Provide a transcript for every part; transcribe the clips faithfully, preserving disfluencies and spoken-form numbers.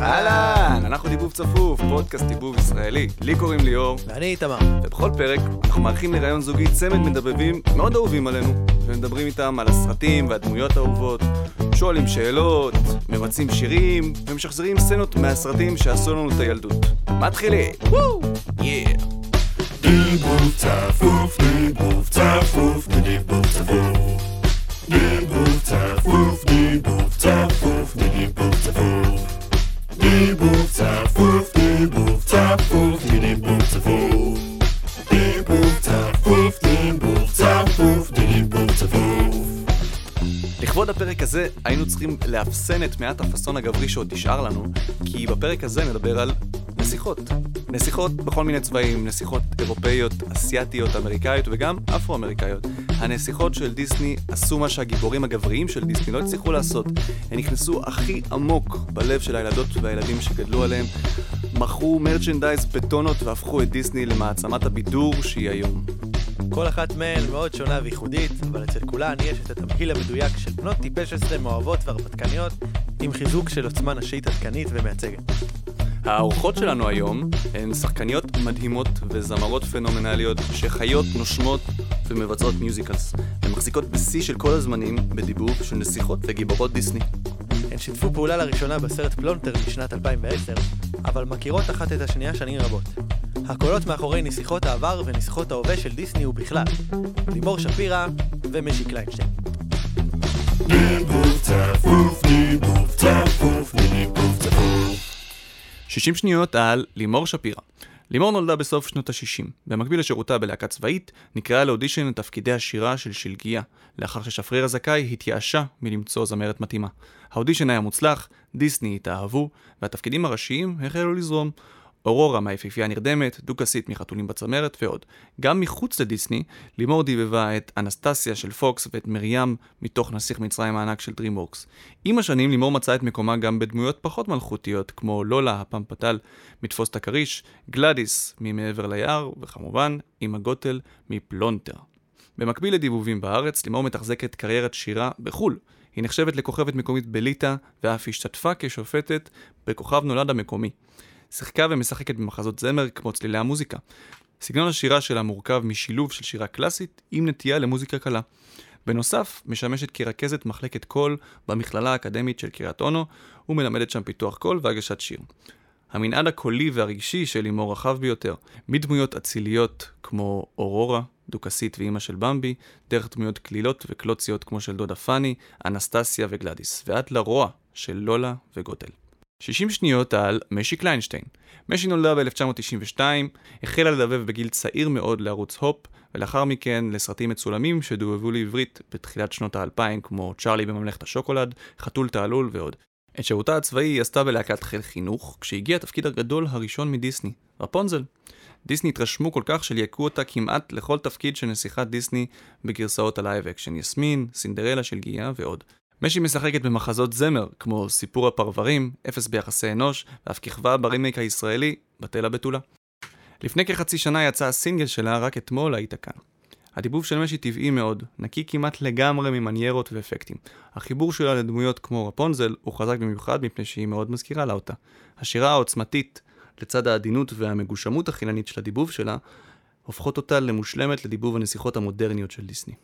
אהלן, אנחנו דיבוב צפוף, פודקאסט דיבוב ישראלי. לי קוראים ליאור. ואני איתמר. ובכל פרק אנחנו מארחים לראיון זוגי צמד מדבבים מאוד אהובים עלינו, ומדברים איתם על הסרטים והדמויות האהובות, שואלים שאלות, מבצעים שירים, ומשחזרים סצנות מהסרטים שעשו לנו את הילדות. מתחילים! וואו! יא! דיבוב צפוף, דיבוב צפוף, דיבוב צפוף. דיבוב צפוף, דיבוב צפוף, דיבוב צפוף. דיבוב צפוף, דיבוב צפוף, דיבוב צפוף. דיבוב צפוף, דיבוב צפוף, דיבוב צפוף. לכבוד הפרק הזה היינו צריכים לאפסן את מעט הפסון הגברי שעוד נשאר לנו, כי בפרק הזה נדבר על נסיכות. נסיכות בכל מיני צבעים, נסיכות אירופאיות, אסיאטיות, אמריקאיות וגם אפרו-אמריקאיות. הנסיכות של דיסני עשו מה שהגיבורים הגבריים של דיסני לא הצליחו לעשות. הן נכנסו הכי עמוק בלב של הילדות והילדים שגדלו עליהם, מכרו מרצ'נדייז בטונות והפכו את דיסני למעצמת הבידור שהיא היום. כל אחת מהן מאוד שונה וייחודית, אבל אצל כולן יש את התמהיל המדויק של בנות טיפש עשרה מאוהבות והרפתקניות, עם חיזוק של עוצמה נשית עדכנית ומייצגת. האורחות שלנו היום הן שחקניות מדהימות וזמרות פנומנליות שחיות, נושמות ומבצעות מיוזיקלס. הן מחזיקות בשיא של כל הזמנים בדיבוב של נסיכות וגיבורות דיסני. הן שיתפו פעולה לראשונה בסרט פלונטר בשנת אלפיים ועשר, אבל מכירות אחת את השנייה שנים רבות. הקולות מאחורי נסיכות העבר ונסיכות ההווה של דיסני ובכלל, לימור שפירא ומשי קליינשטיין. דיבוב צפוף, דיבוב צפוף, דיבוב צפוף. שישים שניות על לימור שפירא. לימור נולדה בסוף שנות ה-שישים. במקביל לשירותה בלהקה צבאית, נקראה לאודישן לתפקידי השירה של שלגיה, לאחר ששפריר הזכאי התייאשה מלמצוא זמרת מתאימה. האודישן היה מוצלח, דיסני התאהבו, והתפקידים הראשיים החלו לזרום. אורורה מהיפיפייה נרדמת, דו-כסית מחתולים בצמרת ועוד. גם מחוץ לדיסני, לימור דיבבה את אנסטסיה של פוקס ואת מרים מתוך נסיך מצרים הענק של DreamWorks. עם השנים לימור מצאה את מקומה גם בדמויות פחות מלכותיות, כמו לולה הפמפטל מתפוס את הכריש, גלדיס ממעבר ליער, וכמובן אמא גוטל מפלונטר. במקביל לדיבובים בארץ, לימור מתחזקת קריירת שירה בחול. היא נחשבת לכוכבת מקומית בליטה, ואף השתתפה כשופטת בכוכב נולד המקומי. שיחקה ומשחקת במחזות זמר כמו צלילי המוזיקה. סגנון השירה שלה מורכב משילוב של שירה קלאסית עם נטייה למוזיקה קלה. בנוסף, משמשת כרכזת מחלקת קול במכללה האקדמית של קריית אונו, ומלמדת שם פיתוח קול והגשת שיר. המנעד הקולי והרגשי של לימור רחב ביותר, מדמויות אציליות כמו אורורה, דו-כסית ואימא של במבי, דרך דמויות כלילות וקלוציות כמו של דודה פני, אנסטסיה וגלדיס, ועד לרוע של לולה וגוטל. שישים שניות על משי קליינשטיין. משי נולדה ב-אלף תשע מאות תשעים ושתיים, החלה לדבב בגיל צעיר מאוד לערוץ הופ, ולאחר מכן לסרטים מצולמים שדובבו לעברית בתחילת שנות האלפיים, כמו צ'רלי בממלכת השוקולד, חתול תעלול ועוד. את שירותה הצבאי היא עשתה בלהקת חיל חינוך, כשהגיע התפקיד הגדול הראשון מדיסני, רפונזל. דיסני התרשמו כל כך שלייקו אותה כמעט לכל תפקיד של נסיכת דיסני בגרסאות הלייב אקשן, יסמין, סינדרלה של גיאה ועוד. משי משחקת במחזות זמר, כמו סיפור הפרברים, אפס ביחסי אנוש, ואף ככבה ברימייק הישראלי, בתל הבתולה. לפני כחצי שנה יצא הסינגל שלה, רק אתמול היית כאן. הדיבוב של משי טבעי מאוד, נקי כמעט לגמרי ממניירות ואפקטים. החיבור שלה לדמויות כמו רפונזל הוא חזק במיוחד מפני שהיא מאוד מזכירה לה אותה. השירה העוצמתית, לצד העדינות והמגושמות החיננית של הדיבוב שלה, הופכות אותה למושלמת לדיבוב הנסיכות המודרניות של דיסני.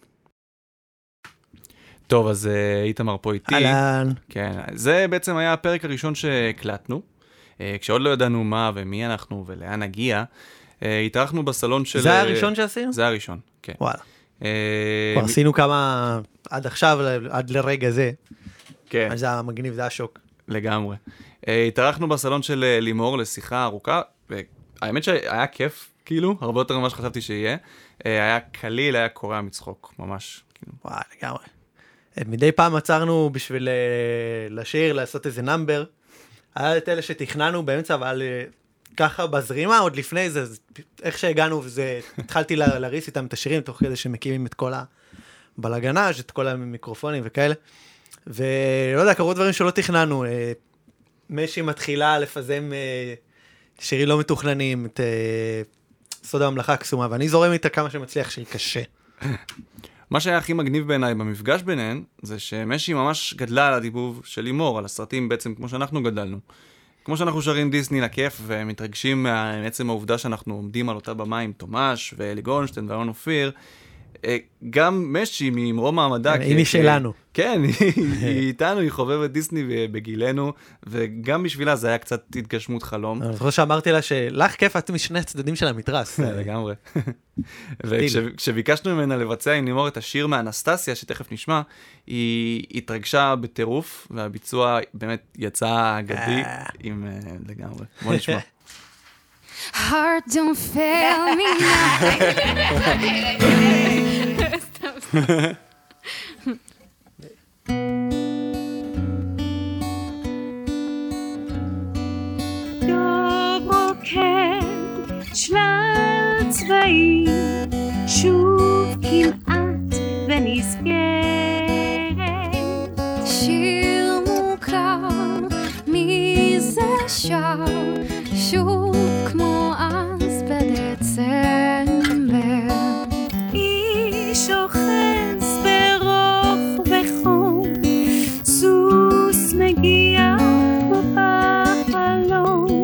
טוב, אז uh, איתמר פה איתי. אהלן. כן, זה בעצם היה הפרק הראשון שהקלטנו, uh, כשעוד לא ידענו מה ומי אנחנו ולאן נגיע. Uh, התארחנו בסלון של... זה הראשון שעשינו? זה הראשון, כן. וואלה. Uh, כבר עשינו כמה עד עכשיו, עד לרגע זה. כן. אז זה היה מגניב, זה היה שוק. לגמרי. Uh, התארחנו בסלון של uh, לימור לשיחה ארוכה, והאמת שהיה כיף, כאילו, הרבה יותר ממה שחשבתי שיהיה. Uh, היה קליל, היה קורע מצחוק, ממש. כאילו. וואלה, לגמרי. מדי פעם עצרנו בשביל לשיר, לעשות איזה נאמבר. היה את אלה שתכננו באמצע, אבל ככה בזרימה, עוד לפני זה, איך שהגענו, וזה, התחלתי להריס איתם את השירים, תוך כדי שמקימים את כל הבלגנאז', את כל המיקרופונים וכאלה. ולא יודע, קרו דברים שלא תכננו. משי מתחילה לפזם שירים לא מתוכננים, את סוד הממלכה הקסומה, ואני זורם איתה כמה שמצליח שהיא קשה. מה שהיה הכי מגניב בעיניי במפגש ביניהן, זה שמשי ממש גדלה על הדיבוב של לימור, על הסרטים בעצם כמו שאנחנו גדלנו. כמו שאנחנו שרים דיסני לכיף ומתרגשים מעצם העובדה שאנחנו עומדים על אותה במה עם תומש ואלי גורנשטיין ואלון אופיר, גם משי ממרום העמדה. היא משלנו. כן, היא איתנו, היא חובבת דיסני בגילנו, וגם בשבילה זה היה קצת התגשמות חלום. אני חושב שאמרתי לה שלך כיף את משני הצדדים של המתרס. לגמרי. וכשביקשנו ממנה לבצע עם לימור את השיר מאנסטסיה, שתכף נשמע, היא התרגשה בטירוף, והביצוע באמת יצא אגדי עם לגמרי. בוא נשמע. Heart don't fail me טוב רוקד שלל צבאי שוב כמעט ונזכרת שיר מוכר מי זה שר שוב כמו אז בדצמבר איש אוחז ברוך וחום סוס מגיע כמו בחלום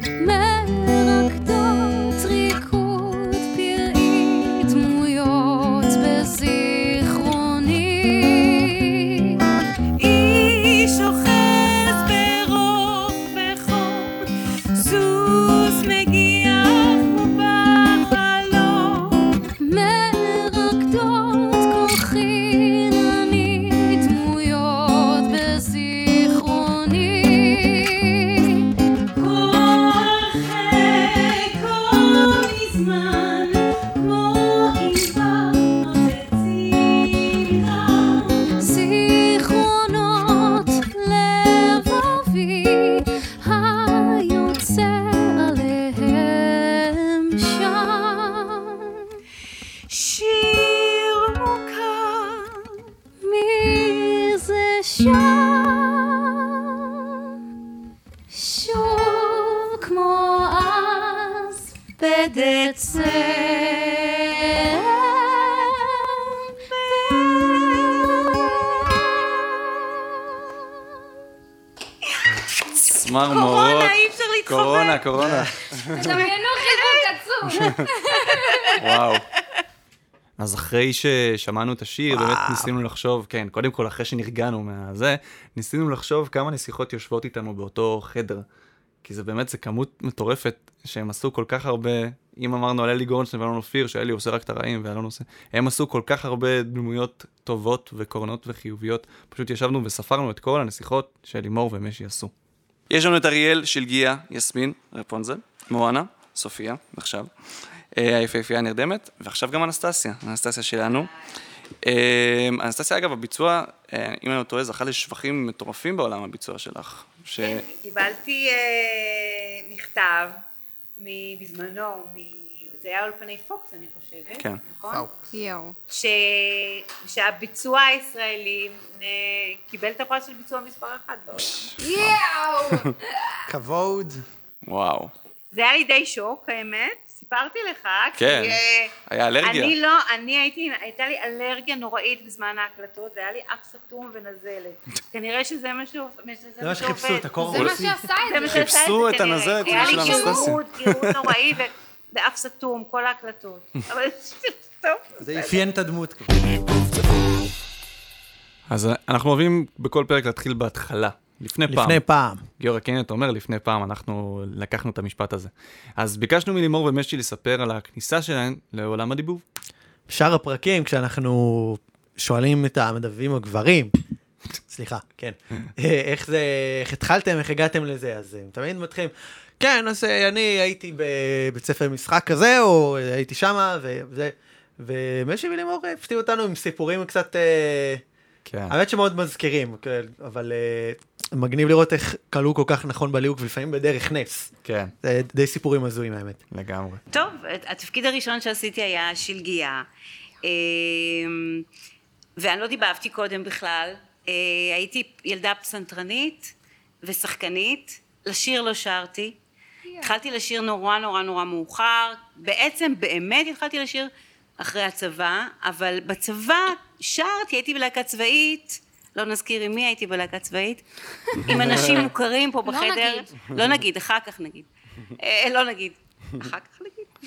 מרקדות ריקוד פראי דמויות בזיכרוני איש אוחז ברוך וחום סוס מגיע כמו בחלום מרקדות כוחי אני דמויות בזיכרוני כל אחרי כל מזמן כמו ענבר בצירה זיכרונות לבבי היוצא עליהם שם שיר מוכר מי זה שם שוב כמו אז בדצמבר צמרמורות. אי אפשר להתחבר. קורונה, קורונה. דמיינו חיבוק עצוב. וואו. אז אחרי ששמענו את השיר, באמת ניסינו לחשוב, כן, קודם כל אחרי שנרגענו מהזה, ניסינו לחשוב כמה נסיכות יושבות איתנו באותו חדר. כי זה באמת, זה כמות מטורפת שהם עשו כל כך הרבה, אם אמרנו על אלי גורנשטיין ואלון אופיר, שאלי עושה רק את הרעים ואלון עושה, הם עשו כל כך הרבה דמויות טובות וקורנות וחיוביות, פשוט ישבנו וספרנו את כל הנסיכות שלימור ומשי עשו. יש לנו את אריאל, שלגיה, יסמין, רפונזל, מואנה, סופיה, עכשיו, היפהפייה הנרדמת, ועכשיו גם אנסטסיה, אנסטסיה שלנו. אנסטסיה, אגב, הביצוע, אם אני לא טועה, זכה לשבחים מטורפים בעולם הביצוע שלך. ש... קיבלתי אה, מכתב בזמנו, זה היה אולפני פוקס אני חושבת, כן. נכון? יואו. ש... שהביצוע הישראלי אה, קיבל את הפרס של ביצוע מספר אחד בעולם. יואו! כבוד. וואו. זה היה לי די שוק, האמת, סיפרתי לך, כן, כי, אה, היה אלרגיה. אני לא, אני הייתי, הייתה לי אלרגיה נוראית בזמן ההקלטות, והיה לי אף סתום ונזלת. כנראה שזה משהו, זה מה שחיפשו, את הקור זה מה הרוסי. שעשה זה את מה זה. שעשה חיפשו את את זה כנראה. הנזלת היה של לי אנסטסיה. גירוד, גירוד נוראי, ו- ואף סתום, כל ההקלטות. אבל טוב. זה אפיין את הדמות. אז אנחנו אוהבים בכל פרק להתחיל בהתחלה, לפני פעם. לפני פעם. גיורא קנט אומר, לפני פעם אנחנו לקחנו את המשפט הזה. אז ביקשנו מלימור ומשי לספר על הכניסה שלהן לעולם הדיבוב. בשאר הפרקים, כשאנחנו שואלים את המדבים הגברים, סליחה, כן, איך זה, איך התחלתם, איך הגעתם לזה, אז הם תמיד מתחילים, כן, אז אני הייתי בבית ספר משחק כזה, או הייתי שמה, וזה, ומשי ולימור הפתיעו אותנו עם סיפורים קצת, כן. האמת שמאוד מזכירים, אבל מגניב לראות איך קלעו כל כך נכון בליהוק, ולפעמים בדרך נס. כן. זה די סיפורים הזויים, האמת. לגמרי. טוב, התפקיד הראשון שעשיתי היה שלגיה, ואני לא דיבבתי קודם בכלל, הייתי ילדה פסנתרנית ושחקנית, לשיר לא שרתי, התחלתי לשיר נורא נורא נורא מאוחר, בעצם באמת התחלתי לשיר אחרי הצבא, אבל בצבא שרתי, הייתי בלהקה צבאית, לא נזכיר עם מי הייתי בלהקה צבאית, עם אנשים מוכרים פה בחדר. לא נגיד. לא נגיד, אחר כך נגיד. אה, לא נגיד. אחר כך נגיד.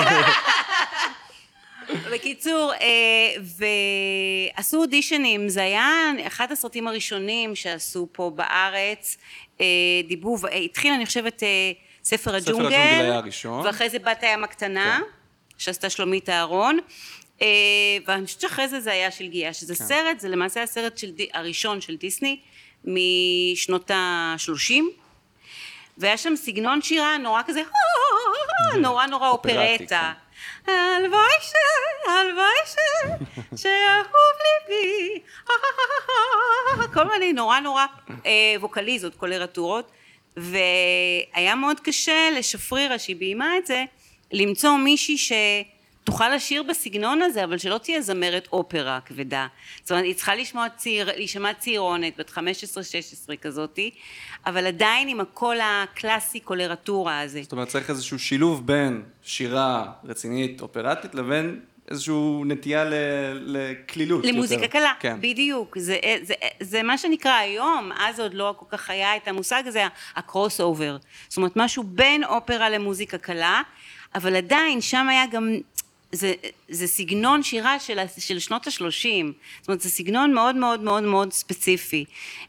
בקיצור, ועשו אודישנים, זה היה אחד הסרטים הראשונים שעשו פה בארץ, דיבוב, התחיל אני חושבת ספר הג'ונגל, ספר הג'ונגל היה הראשון. ואחרי זה בת הים הקטנה, שעשתה שלומית אהרון, ואני חושבת שאחרי זה זה היה שלגיה, שזה סרט, זה למעשה הסרט הראשון של דיסני, משנות ה-שלושים, והיה שם סגנון שירה נורא כזה, נורא נורא אופרטה. הלוואי ש... הלוואי ש... שאהוב ליבי, כל מיני נורא נורא ווקליזות, קולרטורות, והיה מאוד קשה לשפרירה שהיא ביימה את זה, למצוא מישהי שתוכל לשיר בסגנון הזה, אבל שלא תהיה זמרת אופרה כבדה. זאת אומרת, היא צריכה לשמוע ציר, להישמע צעירונת, בת חמש עשרה שש עשרה כזאתי, אבל עדיין עם הקול הקלאסי קולרטורה הזה. זאת אומרת, צריך איזשהו שילוב בין שירה רצינית, אופרטית, לבין איזשהו נטייה לכלילות. למוזיקה קלה, כן. בדיוק. זה, זה, זה מה שנקרא היום, אז עוד לא כל כך היה את המושג הזה, הקרוס אובר. זאת אומרת, משהו בין אופרה למוזיקה קלה, אבל עדיין שם היה גם, זה, זה סגנון שירה של, של שנות השלושים, זאת אומרת, זה סגנון מאוד מאוד מאוד מאוד ספציפי,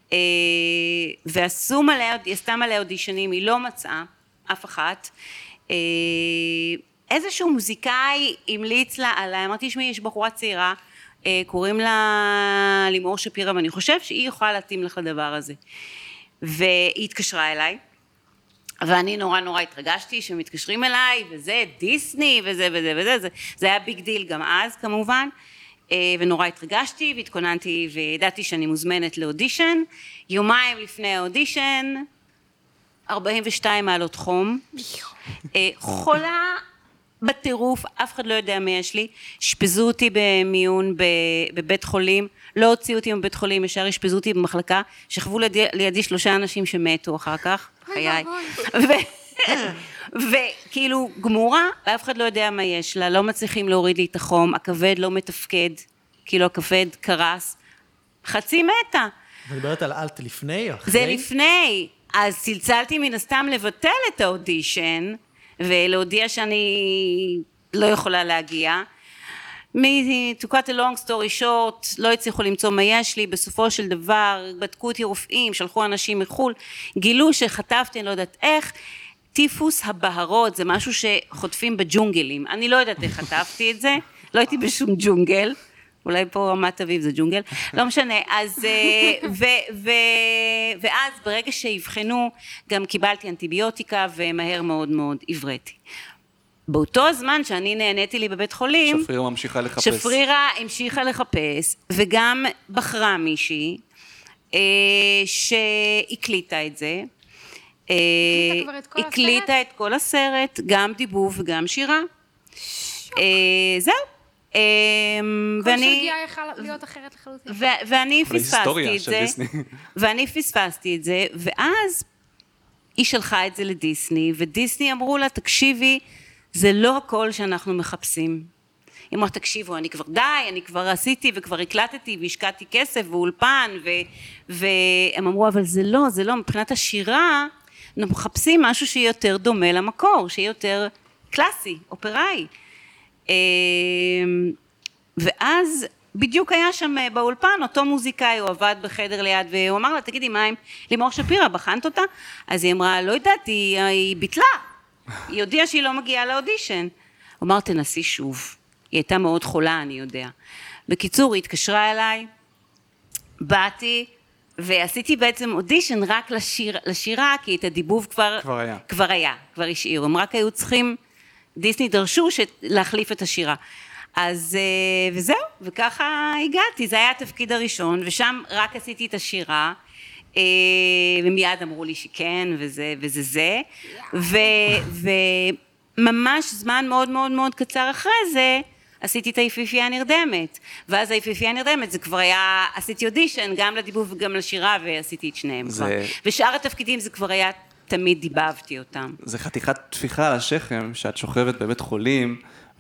ועשו מלא, היא עשתה מלא אודישנים, היא לא מצאה אף אחת, איזשהו מוזיקאי המליץ לה עליי, אמרתי, שמי, יש בחורה צעירה, קוראים לה לימור שפירא, ואני חושב שהיא יכולה להתאים לך לדבר הזה, והיא התקשרה אליי, ואני נורא נורא התרגשתי שמתקשרים אליי, וזה דיסני, וזה וזה וזה, זה, זה היה ביג דיל גם אז כמובן, ונורא התרגשתי, והתכוננתי, וידעתי שאני מוזמנת לאודישן, יומיים לפני האודישן, ארבעים ושתיים מעלות חום, חולה בטירוף, אף אחד לא יודע מה יש לי, שפזו אותי במיון בבית חולים, לא הוציאו אותי מבית חולים, ישר השפזו אותי במחלקה, שכבו לידי, לידי שלושה אנשים שמתו אחר כך, חיי, וכאילו גמורה, ואף אחד לא יודע מה יש לה, לא מצליחים להוריד לי את החום, הכבד לא מתפקד, כאילו הכבד קרס, חצי מתה. את מדברת על אלט לפני? אחרי? זה לפני, אז צלצלתי מן הסתם לבטל את האודישן, ולהודיע שאני לא יכולה להגיע. To cut a long story short, לא הצליחו למצוא מה יש לי, בסופו של דבר בדקו אותי רופאים, שלחו אנשים מחול, גילו שחטפתי, אני לא יודעת איך, טיפוס הבהרות, זה משהו שחוטפים בג'ונגלים, אני לא יודעת איך חטפתי את זה, לא הייתי בשום ג'ונגל, אולי פה רמת אביב זה ג'ונגל, לא משנה, אז, ו, ו, ואז ברגע שהבחנו, גם קיבלתי אנטיביוטיקה, ומהר מאוד מאוד עברתי. באותו הזמן שאני נהניתי לי בבית חולים, שפרירה ממשיכה לחפש. שפרירה המשיכה לחפש, וגם בחרה מישהי, שהקליטה את זה, הקליטה כבר את כל הסרט? הקליטה את כל הסרט, גם דיבוב וגם שירה. זהו. כל ואני, שגיאה יכל להיות אחרת לחלוטין. ו- ואני פספסתי ההיסטוריה את של זה, דיסני. ואני פספסתי את זה, ואז היא שלחה את זה לדיסני, ודיסני אמרו לה, תקשיבי, זה לא הכל שאנחנו מחפשים. היא אמרה, תקשיבו, אני כבר די, אני כבר עשיתי וכבר הקלטתי והשקעתי כסף ואולפן, ו- והם אמרו, אבל זה לא, זה לא, מבחינת השירה, אנחנו מחפשים משהו שיהיה יותר דומה למקור, שיהיה יותר קלאסי, אופראי. ואז בדיוק היה שם באולפן, אותו מוזיקאי, הוא עבד בחדר ליד, והוא אמר לה, תגידי, מה עם לימור שפירא, בחנת אותה? אז היא אמרה, לא יודעת, היא, היא ביטלה, היא הודיעה שהיא לא מגיעה לאודישן. הוא אמר, תנסי שוב, היא הייתה מאוד חולה, אני יודע. בקיצור, היא התקשרה אליי, באתי, ועשיתי בעצם אודישן רק לשיר, לשירה, כי את הדיבוב כבר, כבר היה. כבר היה, כבר השאירו, הם רק היו צריכים, דיסני דרשו להחליף את השירה. אז וזהו, וככה הגעתי, זה היה התפקיד הראשון, ושם רק עשיתי את השירה, ומיד אמרו לי שכן, וזה וזה זה, וממש זמן מאוד מאוד מאוד קצר אחרי זה, עשיתי את היפיפייה הנרדמת, ואז היפיפייה הנרדמת זה כבר היה, עשיתי אודישן, גם לדיבוב וגם לשירה, ועשיתי את שניהם זה... כבר. ושאר התפקידים זה כבר היה, תמיד דיבבתי אותם. זה חתיכת תפיחה על השכם, שאת שוכבת בבית חולים,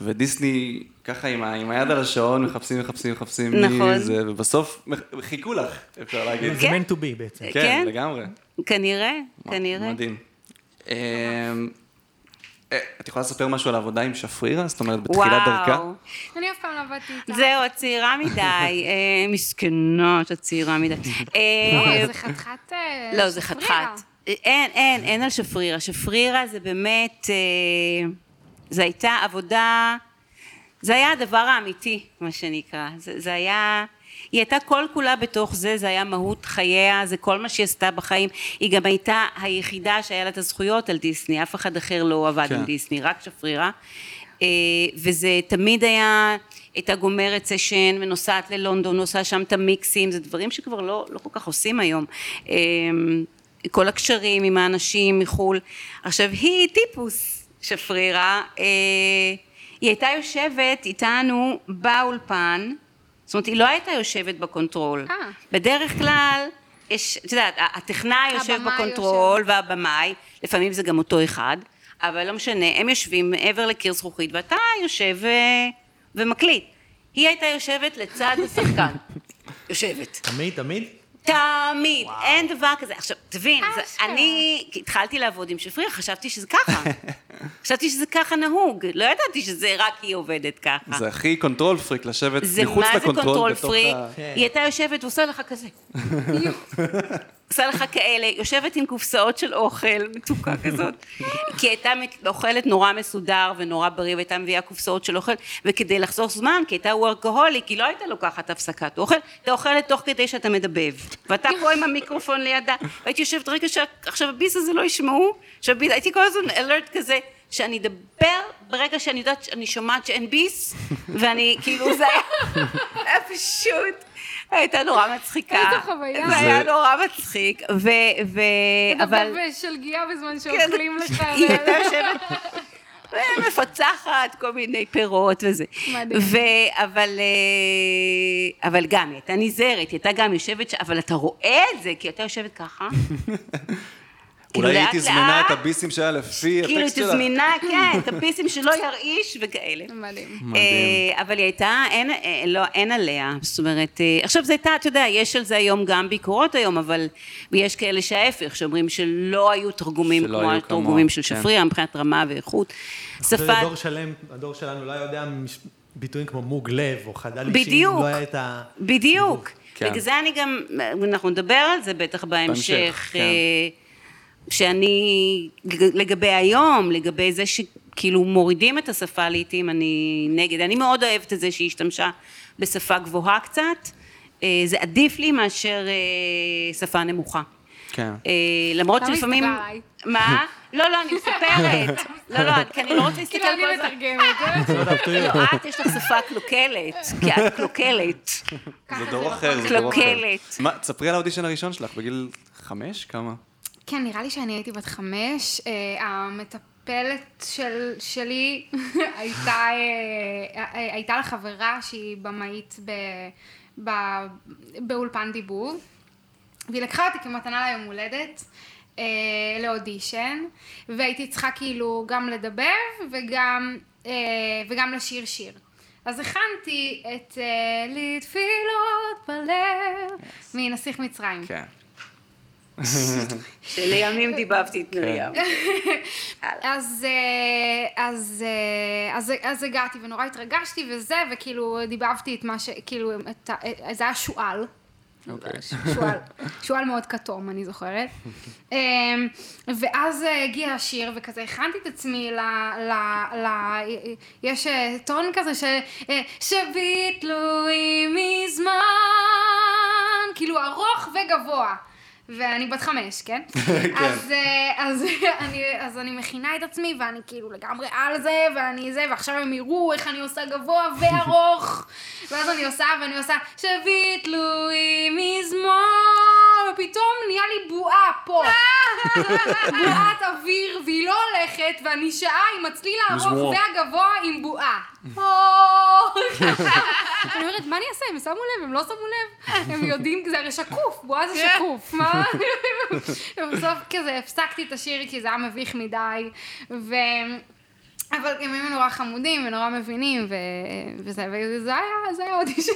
ודיסני ככה עם, ה, עם היד על השעון, מחפשים, מחפשים, מחפשים, נכון. זה, ובסוף חיכו לך, אפשר להגיד. זה meant to be בעצם. כן, כן? לגמרי. כנראה, כנראה. מדהים. את יכולה לספר משהו על העבודה עם שפרירה? זאת אומרת, בתחילת דרכה? אני אף פעם לא עבדתי איתה. זהו, את צעירה מדי, מסכנות, את צעירה מדי. לא, זה חתיכת לא, זה חתיכת. אין, אין, אין על שפרירה. שפרירה זה באמת, זה הייתה עבודה, זה היה הדבר האמיתי, מה שנקרא. זה, זה היה, היא הייתה כל כולה בתוך זה, זה היה מהות חייה, זה כל מה שהיא עשתה בחיים. היא גם הייתה היחידה שהיה לה את הזכויות על דיסני, אף אחד אחר לא עבד כן. עם דיסני, רק שפרירה. וזה תמיד היה, הייתה גומרת סשן ונוסעת ללונדון, נוסעה שם את המיקסים, זה דברים שכבר לא, לא כל כך עושים היום. כל הקשרים עם האנשים מחול. עכשיו, היא טיפוס שפרירה, היא הייתה יושבת איתנו באולפן, זאת אומרת, היא לא הייתה יושבת בקונטרול. אה. בדרך כלל, יש, את יודעת, הטכנאי יושב בקונטרול יושב. והבמאי, לפעמים זה גם אותו אחד, אבל לא משנה, הם יושבים מעבר לקיר זכוכית, ואתה יושב ו... ומקליט. היא הייתה יושבת לצד השחקן. יושבת. תמיד, תמיד? תמיד, וואו. אין דבר כזה. עכשיו, תבין, זה, אני התחלתי לעבוד עם שפרירה, חשבתי שזה ככה. חשבתי שזה ככה נהוג. לא ידעתי שזה רק היא עובדת ככה. זה הכי קונטרול פריק, לשבת מחוץ לקונטרול. זה מה זה קונטרול פריק? ה... היא הייתה יושבת ועושה לך כזה. עושה לך כאלה, יושבת עם קופסאות של אוכל, מתוקה כזאת. כי הייתה אוכלת נורא מסודר ונורא בריא, והייתה מביאה קופסאות של אוכל, וכדי לחסוך זמן, כי הייתה וורקהוליק, היא לא הייתה לוקחת הפסקת אוכל, אתה אוכלת תוך כדי שאתה מדבב. ואתה פה עם המיקרופון לידה, והייתי יושבת רגע שעכשיו הביס הזה לא ישמעו, הייתי כל הזמן אלרט כזה, שאני אדבר ברגע שאני יודעת, אני שומעת שאין ביס, ואני כאילו זה היה פשוט, הייתה נורא מצחיקה. איזו חוויה. זה היה נורא מצחיק, ו... אבל... לדבר בשלגיה בזמן שאוכלים לך. היא הייתה יושבת ומפצחת כל מיני פירות וזה. מדהים. אבל גם, היא הייתה נזהרת, היא הייתה גם יושבת, אבל אתה רואה את זה, כי הייתה יושבת ככה. אולי היא תזמינה את הביסים שלה לפי הטקסט שלה. כאילו תזמינה, כן, את הביסים שלא ירעיש וכאלה. מדהים. אבל היא הייתה, אין עליה, זאת אומרת, עכשיו זה הייתה, אתה יודע, יש על זה היום גם ביקורות היום, אבל יש כאלה שההפך, שאומרים שלא היו תרגומים כמו התרגומים של שפרירה, מבחינת רמה ואיכות. שפה... הדור שלם, הדור שלנו לא יודע ביטויים כמו מוג לב או חדל אישי, לא היה את ה... בדיוק. בגלל זה אני גם, אנחנו נדבר על זה בטח בהמשך, שאני, לגבי היום, לגבי זה שכאילו מורידים את השפה לעתים, אני נגד. אני מאוד אוהבת את זה שהיא השתמשה בשפה גבוהה קצת. זה עדיף לי מאשר שפה נמוכה. כן. למרות שלפעמים... מה? לא, לא, אני מספרת. לא, לא, כי אני לא רוצה להסתכל על כל זה. כאילו אני מתרגמת. לא, את יש לך שפה קלוקלת, כי את קלוקלת. זה דור אחר, זה דור אחר. קלוקלת. מה, תספרי על האודישן הראשון שלך, בגיל חמש? כמה? כן, נראה לי שאני הייתי בת חמש, המטפלת של, שלי הייתה, הייתה לה חברה שהיא במאית ב, ב, באולפן דיבוב, והיא לקחה אותי כמתנה ליום הולדת לאודישן, והייתי צריכה כאילו גם לדבר וגם, וגם לשיר שיר. אז הכנתי את לי תפילות בלב מנסיך מצרים. כן. שלימים דיבבתי את מרים. אז, אז, אז, אז הגעתי ונורא התרגשתי וזה, וכאילו דיבבתי את מה ש... כאילו, זה היה שואל. שואל, שואל מאוד כתום, אני זוכרת. ואז הגיע השיר, וכזה הכנתי את עצמי ל... ל, ל יש טון כזה של... שביטלוי מזמן, כאילו ארוך וגבוה. ואני בת חמש, כן? אז, אז, אני, אז אני מכינה את עצמי, ואני כאילו לגמרי על זה, ואני זה, ועכשיו הם יראו איך אני עושה גבוה וארוך, ואז אני עושה, ואני עושה, שביטלוי מזמור, ופתאום נהיה לי בועה פה. בועת אוויר, והיא לא הולכת, ואני שעה עם הצליל הארוך והגבוה עם בועה. אני אומרת, מה אני אעשה? הם שמו לב, הם לא שמו לב? הם יודעים, זה הרי שקוף, בועה זה שקוף, מה? ובסוף כזה הפסקתי את השיר כי זה היה מביך מדי, ו... אבל הם היו נורא חמודים ונורא מבינים, ו... וזה, וזה היה, זה היה אודישן.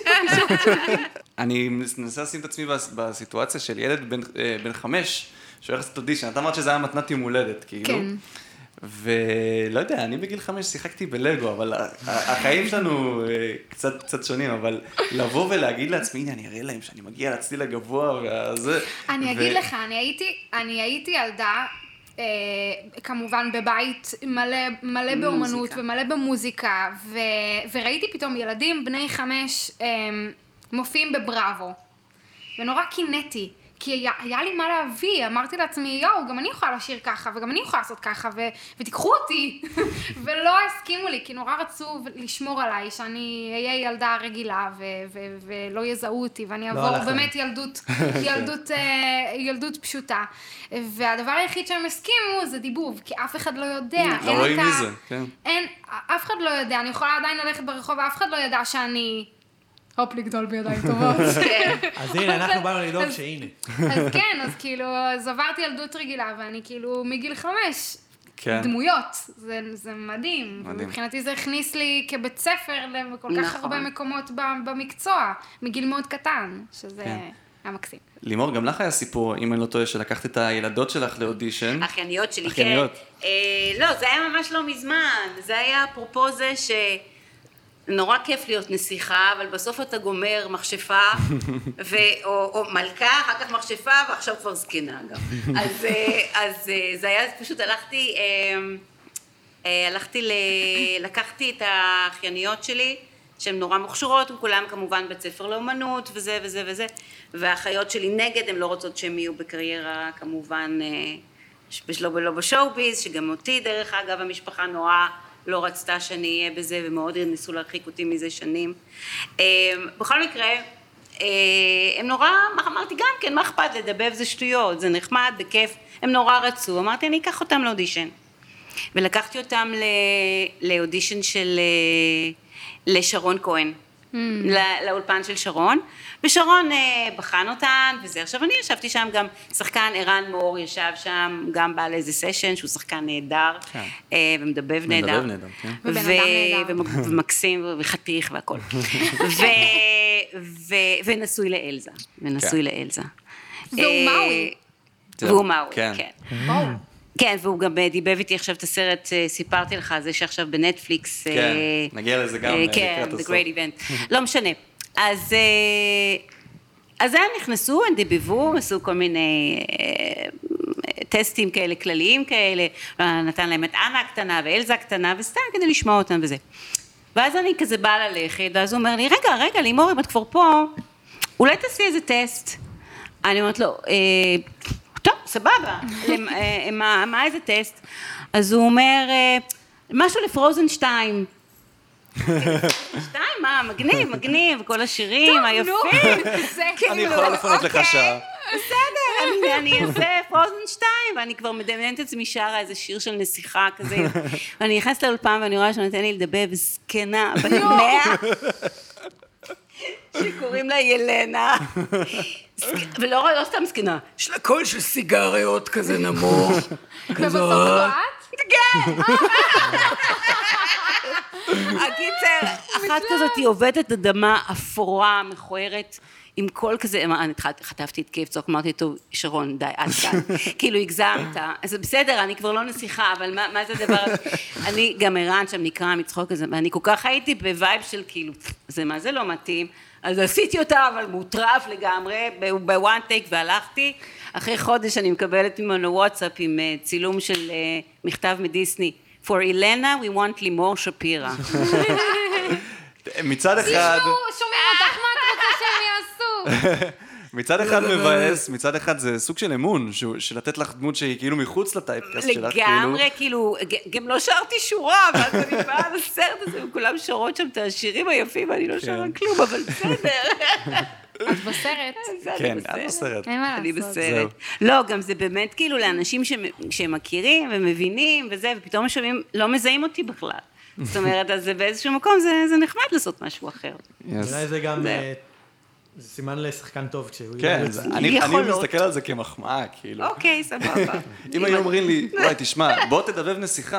אני מנסה לשים את עצמי בסיטואציה של ילד בן, בן חמש, שהולך לעשות אודישן. אתה אמרת שזה היה מתנת יום הולדת, כאילו. כן. ולא יודע, אני בגיל חמש שיחקתי בלגו, אבל החיים שלנו קצת, קצת שונים, אבל לבוא ולהגיד לעצמי, הנה, אני אראה להם שאני מגיע לצליל הגבוה, וזה... אני ו... אגיד לך, אני הייתי, אני הייתי ילדה, אה, כמובן בבית מלא, מלא באומנות ומלא במוזיקה, ו, וראיתי פתאום ילדים בני חמש אה, מופיעים בבראבו, ונורא קינאתי. כי היה, היה לי מה להביא, אמרתי לעצמי, יואו, גם אני יכולה לשיר ככה, וגם אני יכולה לעשות ככה, ו, ותיקחו אותי. ולא הסכימו לי, כי נורא רצו לשמור עליי, שאני אהיה ילדה רגילה, ו, ו, ולא יזהו אותי, ואני אעבור לא באמת ילדות, ילדות, ילדות פשוטה. והדבר היחיד שהם הסכימו זה דיבוב, כי אף אחד לא יודע. לא רואים מי זה, כן. אין, אף אחד לא יודע, אני יכולה עדיין ללכת ברחוב, ואף אחד לא ידע שאני... הופ לגדול בידיים טובות. אז הנה, אנחנו באנו לדאוג שהנה. אז כן, אז כאילו, אז עברתי ילדות רגילה, ואני כאילו מגיל חמש, כן. דמויות, זה, זה מדהים. מדהים. מבחינתי זה הכניס לי כבית ספר לכל כך נכון. הרבה מקומות ב- במקצוע, מגיל מאוד קטן, שזה כן. היה מקסים. לימור, גם לך היה סיפור, אם אני לא טועה, שלקחת את הילדות שלך לאודישן. אחייניות שלי, אחייניות. כן. אה, לא, זה היה ממש לא מזמן. זה היה אפרופו זה ש... נורא כיף להיות נסיכה, אבל בסוף אתה גומר מכשפה, ו... או, או מלכה, אחר כך מכשפה, ועכשיו כבר זקנה גם. אז, אז זה היה, פשוט הלכתי, הלכתי, ל... לקחתי את האחייניות שלי, שהן נורא מוכשרות, וכולם כמובן בית ספר לאומנות, וזה וזה וזה, והאחיות שלי נגד, הן לא רוצות שהן יהיו בקריירה, כמובן, לא, לא בשואו-ביז, שגם אותי, דרך אגב, המשפחה נורא, לא רצתה שאני אהיה בזה, ומאוד ניסו להרחיק אותי מזה שנים. בכל מקרה, הם נורא, אמרתי גם כן, מה אכפת לדבב זה שטויות, זה נחמד, בכיף, הם נורא רצו, אמרתי אני אקח אותם לאודישן. ולקחתי אותם לאודישן של, לשרון כהן, לאולפן של שרון, ושרון בחן אותן וזה. עכשיו אני ישבתי שם גם, שחקן ערן מור ישב שם, גם בא לאיזה סשן, שהוא שחקן נהדר, ומדבב נהדר. מדבב נהדר, כן. ובן אדם נהדר. ומקסים וחתיך והכל. ונשוי לאלזה, ונשוי לאלזה. והוא מאוי. והוא מאוי, כן. כן. וואו. כן, והוא גם דיבב איתי עכשיו את הסרט, סיפרתי לך, זה שעכשיו בנטפליקס. כן, נגיע לזה גם כן, לקראת The הסוף. Great Event. לא משנה. אז אז הם נכנסו, הם דיבבו, עשו כל מיני טסטים כאלה, כלליים כאלה, נתן להם את אנה הקטנה ואלזה הקטנה, וסתם כדי לשמוע אותם וזה. ואז אני כזה באה ללכת, ואז הוא אומר לי, רגע, רגע, לימור, אם את כבר פה, אולי תעשי איזה טסט. אני אומרת לו, טוב, סבבה, מה, מה איזה טסט? אז הוא אומר, משהו לפרוזן שתיים. שתיים, מה, מגניב, מגניב, כל השירים היפים. זה אני יכולה לפנות לך שעה. בסדר, אני אעשה פרוזן שתיים, ואני כבר מדמיינת את עצמי שרה איזה שיר של נסיכה כזה, ואני נכנסת לאולפן ואני רואה שנותן לי לדבב זקנה, בת מאה, שקוראים לה ילנה, ולא לא סתם זקנה, יש לה קול של סיגריות כזה נמוך, ובסוף זו את? כן. הקיצר, אחת כזאת היא עובדת אדמה אפורה, מכוערת, עם קול כזה, אני חטפתי את כאב צוק, אמרתי, טוב, שרון, די, עד כאן, כאילו הגזמת, אז בסדר, אני כבר לא נסיכה, אבל מה, מה זה הדבר הזה? אני גם ערן שם נקרא מצחוק כזה, ואני כל כך הייתי בווייב של כאילו, זה מה זה לא מתאים, אז עשיתי אותה, אבל מוטרף לגמרי, בוואן טייק והלכתי, אחרי חודש אני מקבלת ממנו וואטסאפ עם צילום של מכתב מדיסני, For Elena, we want לימור שפירא. מצד אחד... תשמעו, שומעים אותך, מה את רוצה שהם יעשו? מצד אחד מבאס, מצד אחד זה סוג של אמון, של לתת לך דמות שהיא כאילו מחוץ לטייפקאסט שלך. לגמרי, כאילו, גם לא שרתי שורה, ואז אני באה לסרט הזה, וכולם שרות שם את השירים היפים, ואני לא שרה כלום, אבל בסדר. את בסרט. כן, את בסרט. אין מה אני לעשות. בסרט. לא, גם זה באמת כאילו לאנשים שמכירים ומבינים וזה, ופתאום משווים, לא מזהים אותי בכלל. זאת אומרת, אז באיזשהו מקום זה נחמד לעשות משהו אחר. אולי זה גם... זה סימן לשחקן טוב כשהוא... כן, אני מסתכל על זה כמחמאה, כאילו. אוקיי, סבבה. אם היו אומרים לי, וואי, תשמע, בוא תדבב נסיכה.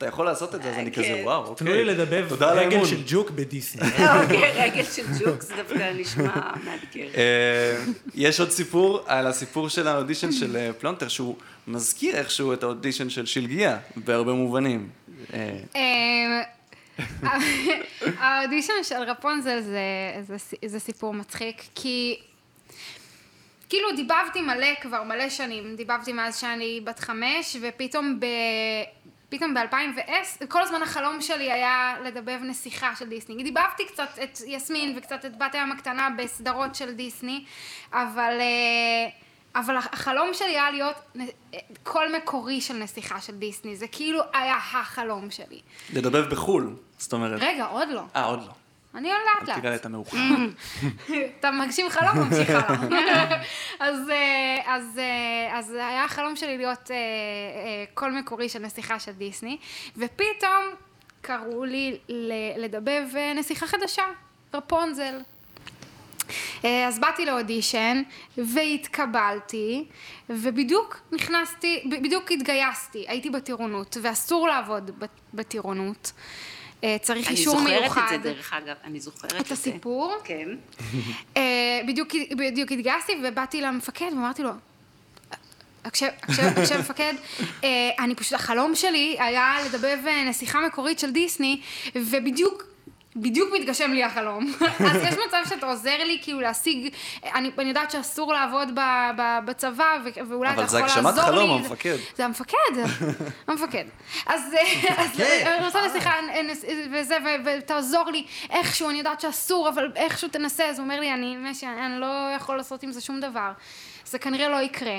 אתה יכול לעשות את זה, אז אני כזה, וואו, אוקיי. תנו לי לדבב תודה על רגל האמון. של ג'וק בדיסני. אוקיי, רגל של ג'וק, זה דווקא נשמע מאתגר. אה, יש עוד סיפור על הסיפור של האודישן של אה, פלונטר, שהוא מזכיר איכשהו את האודישן של שלגיה, בהרבה מובנים. אה, אמ, האודישן של רפונזל זה- זה- זה סיפור מצחיק, כי כאילו דיבבתי מלא כבר מלא שנים, דיבבתי מאז שאני בת חמש, ופתאום ב... פתאום ב-אלפיים ועשר, כל הזמן החלום שלי היה לדבב נסיכה של דיסני. דיבבתי קצת את יסמין וקצת את בת הים הקטנה בסדרות של דיסני, אבל, אה, אבל החלום שלי היה להיות נ- קול מקורי של נסיכה של דיסני. זה כאילו היה החלום שלי. לדבב בחול, זאת אומרת. רגע, עוד לא. אה, עוד לא. אני עוד לאט אל לאט. תגלה את המאוחר. אתה מגשים חלום, ממשיך הלאה. אז, אה, אז, אה, אז היה החלום שלי להיות אה, אה, קול מקורי של נסיכה של דיסני, ופתאום קראו לי ל- לדבב אה, נסיכה חדשה, רפונזל. אה, אז באתי לאודישן, והתקבלתי, ובדיוק נכנסתי, ב- בדיוק התגייסתי, הייתי בטירונות, ואסור לעבוד בת- בטירונות. אה, צריך אני אישור זוכרת מיוחד. את זה, דרך אגב, אני זוכרת את את זה. הסיפור? כן. אה, בדיוק, בדיוק התגייסתי ובאתי למפקד ואמרתי לו, הקשב, הקשב, הקשב מפקד, אה, אני פשוט, החלום שלי היה לדבב אה, נסיכה מקורית של דיסני, ובדיוק, בדיוק מתגשם לי החלום. אז יש מצב שאתה עוזר לי כאילו להשיג, אני, אני יודעת שאסור לעבוד ב, ב, בצבא, ו, ואולי אתה אבל זה יכול הגשמת לעזור לי. חלום, המפקד. זה המפקד, המפקד. אז אה, אז אני רוצה לשיחה, וזה, ו- ותעזור לי איכשהו, אני יודעת שאסור, אבל איכשהו תנסה. אז הוא אומר לי, אני, משי, אני לא יכול לעשות עם זה שום דבר. זה כנראה לא יקרה.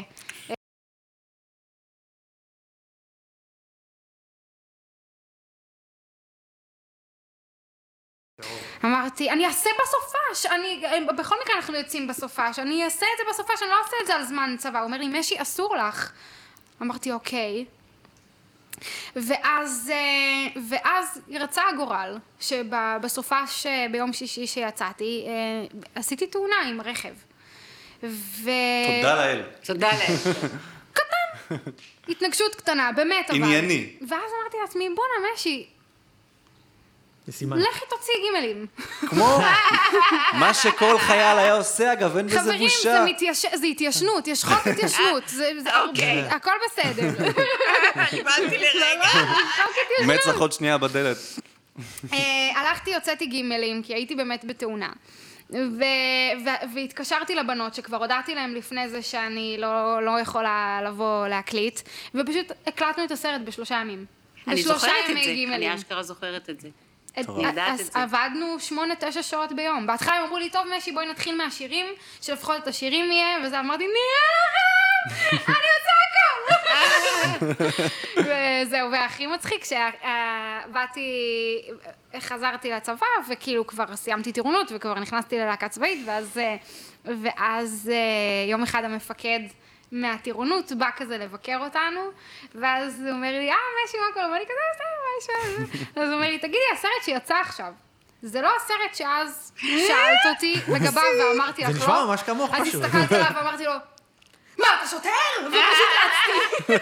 אמרתי, אני אעשה בסופש, אני, בכל מקרה אנחנו יוצאים בסופש, אני אעשה את זה בסופש, אני לא אעשה את זה על זמן צבא. הוא אומר לי, משי, אסור לך. אמרתי, אוקיי. ואז, אה, ואז רצה הגורל, שבסופש ביום שישי שיצאתי, אה, עשיתי תאונה עם רכב. ו... תודה לאל. תודה להם. התנגשות קטנה, באמת אבל. ענייני. ואז אמרתי לעצמי, בואנה משי, זה סימן. לכי תוציא גימלים. כמו מה שכל חייל היה עושה, אגב, אין בזה חברים, בושה. זה, מתייש... זה התיישנות, יש חוק התיישנות, זה, זה... אוקיי. הכל בסדר. קיבלתי לרגע. חוק התיישנות. מצח עוד שנייה בדלת. אה, הלכתי, הוצאתי גימלים, כי הייתי באמת בתאונה. ו- ו- והתקשרתי לבנות שכבר הודעתי להם לפני זה שאני לא, לא יכולה לבוא להקליט, ופשוט הקלטנו את הסרט בשלושה ימים. אני בשלושה זוכרת את ימי זה, גימלים. אני אשכרה זוכרת את זה. את- אני יודעת אז את זה. עבדנו שמונה, תשע שעות ביום. בהתחלה הם אמרו לי, טוב משי, בואי נתחיל מהשירים, שלפחות את השירים יהיה, וזה אמרתי, נראה לכם, אני עושה הכל. וזהו, והכי מצחיק, שבאתי, חזרתי לצבא, וכאילו כבר סיימתי טירונות, וכבר נכנסתי ללהקה צבאית, ואז, ואז יום אחד המפקד מהטירונות בא כזה לבקר אותנו, ואז הוא אומר לי, אה, משי, מה קורה? ואני כזה, בסדר, מה יש? אז הוא אומר לי, תגידי, הסרט שיצא עכשיו, זה לא הסרט שאז שאלת אותי לגביו, ואמרתי לך לא. זה נשמע ממש כמוך אז פשוט. הסתכלתי עליו ואמרתי לו, מה, אתה שוטר? ופשוט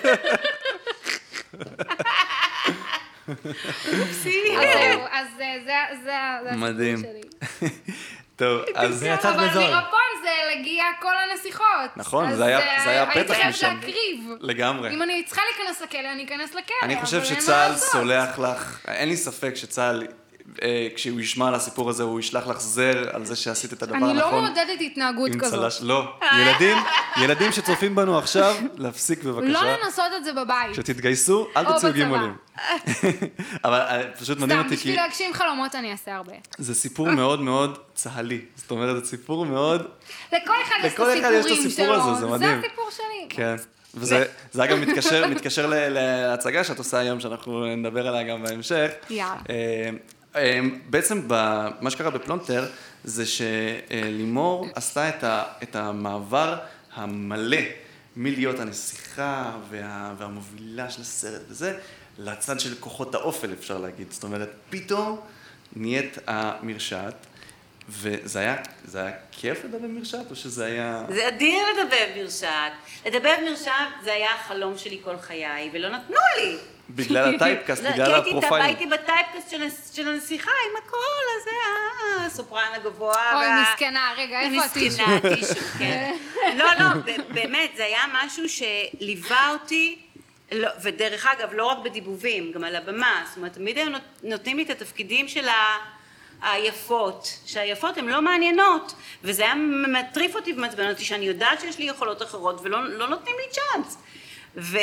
רצתי. אז זהו, אז זה- זה- זה הסיפור מדהים. שלי. טוב, אז ויצאת אבל בזול. מרפונזל הגיע כל הנסיכות. נכון, אז, זה היה- אה, זה היה הייתי פתח חייבת משם. להקריב. לגמרי. אם אני צריכה להיכנס לכלא, אני אכנס לכלא. אני חושב אבל אין מה שצה"ל לעשות. סולח לך, אין לי ספק שצה"ל, אה, כשהוא ישמע על הסיפור הזה, הוא ישלח לך זר על זה שעשית את הדבר אני לא הנכון. מעודדת התנהגות עם כזאת. צל"ש, לא. ילדים, ילדים שצופים בנו עכשיו, להפסיק לא בבקשה. לנסות את זה בבית. כשתתגייסו, אל או תוציאו בצבא. גימלים. אבל אה, פשוט מדהים סתם, אותי, כי בשביל להגשים חלומות אני אעשה הרבה. זה סיפור מאוד מאוד צה"לי. זאת אומרת, זה סיפור מאוד... לכל אחד יש את לכל אחד יש את הסיפורים הסיפור שלו. הזה, זה מדהים. זה הסיפור שלי. כן. וזה זה אגב מתקשר, מתקשר ל- להצגה שאת עושה היום, שאנחנו נדבר עליה גם בהמשך. יאללה. אה, אה, בעצם ב- מה שקרה בפלונטר, זה שלימור עשתה את ה- את המעבר המלא מלהיות הנסיכה וה- והמובילה של הסרט וזה, לצד של כוחות האופל, אפשר להגיד. זאת אומרת, פתאום נהיית המרשעת, וזה היה, זה היה כיף לדבר מרשעת, או שזה היה... זה אדיר לדבר מרשעת. לדבר מרשעת זה היה החלום שלי כל חיי, ולא נתנו לי. בגלל הטייפקאסט, בגלל כי הייתי הפרופיילינג. הייתי בטייפקאסט של, של הנסיכה עם הכל הזה, אה, הסופרן הגבוה. אוי, וה... מסכנה, רגע, איפה הטישו? מסכנה, הטישו, כן. לא, לא, באמת, זה היה משהו שליווה אותי, לא, ודרך אגב, לא רק בדיבובים, גם על הבמה, זאת אומרת, תמיד היו נותנים לי את התפקידים של ה... היפות, שהיפות הן לא מעניינות, וזה היה מטריף אותי ומעצבן אותי שאני יודעת שיש לי יכולות אחרות ולא לא נותנים לי צ'אנס. ו...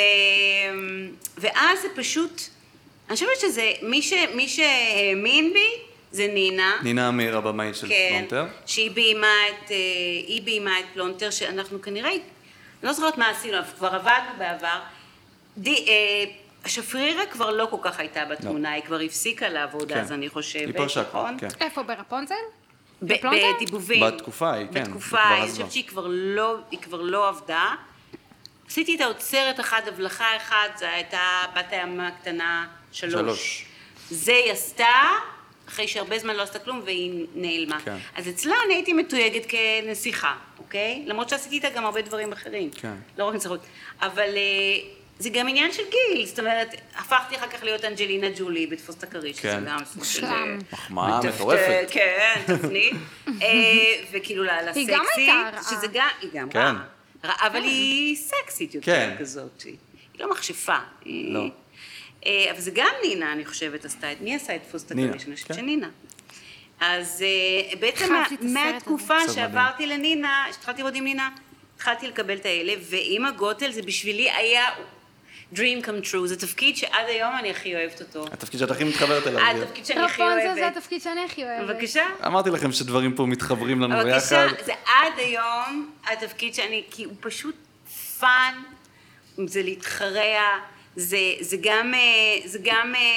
ואז זה פשוט, אני חושבת שזה, מי, ש... מי שהאמין בי זה נינה. נינה אמיר, הבמאית של כן, פלונטר. שהיא ביימה את, היא ביימה את פלונטר, שאנחנו כנראה, אני לא זוכרת מה עשינו, כבר עבדנו בעבר. די, שפרירה כבר לא כל כך הייתה בתמונה, היא כבר הפסיקה לעבוד אז, אני חושבת, היא פרשה כבר, נכון? כן. איפה, ברפונצל? בדיבובים. בתקופה היא, כן. בתקופה, אני חושבת שהיא כבר לא, היא כבר לא עבדה. עשיתי את האוצרת אחת, הבלחה אחת, זו הייתה בת הימה הקטנה שלוש. שלוש. זה היא עשתה, אחרי שהרבה זמן לא עשתה כלום, והיא נעלמה. כן. אז אצלה אני הייתי מתויגת כנסיכה, אוקיי? למרות שעשיתי איתה גם הרבה דברים אחרים. כן. לא רק נסיכות. אבל זה גם עניין של גיל, זאת אומרת, הפכתי אחר כך להיות אנג'לינה ג'ולי בתפוס את הכריש. כן. מושלם. מחמאה מטורפת. כן, תפנית. וכאילו לסקסית. היא גם הייתה רעה. שזה גם, היא גם כן. רעה. רעה, אבל היא סקסית יותר כן. כזאת. היא לא מכשפה. היא- לא. אה, אבל זה גם נינה, אני חושבת, עשתה את... מי עשה את תפוס את נינה, הכריש? אני חושבת כן. שנינה. אז אה, בעצם חייבתי את הסרט מהתקופה הזה. שעברתי לנינה, שהתחלתי לראות עם נינה, התחלתי לקבל את האלה, ואימא גוטל זה בשבילי היה dream come true, זה תפקיד שעד היום אני הכי אוהבת אותו. התפקיד שאת הכי מתחברת אליו. התפקיד שאני הכי רפונצל זה אוהבת. התפקיד שאני הכי אוהבת. בבקשה. אמרתי לכם שדברים פה מתחברים לנו בבקשה, ביחד. זה עד היום התפקיד שאני, כי הוא פשוט פאן, זה להתחרע, זה, זה גם, אה, זה גם אה,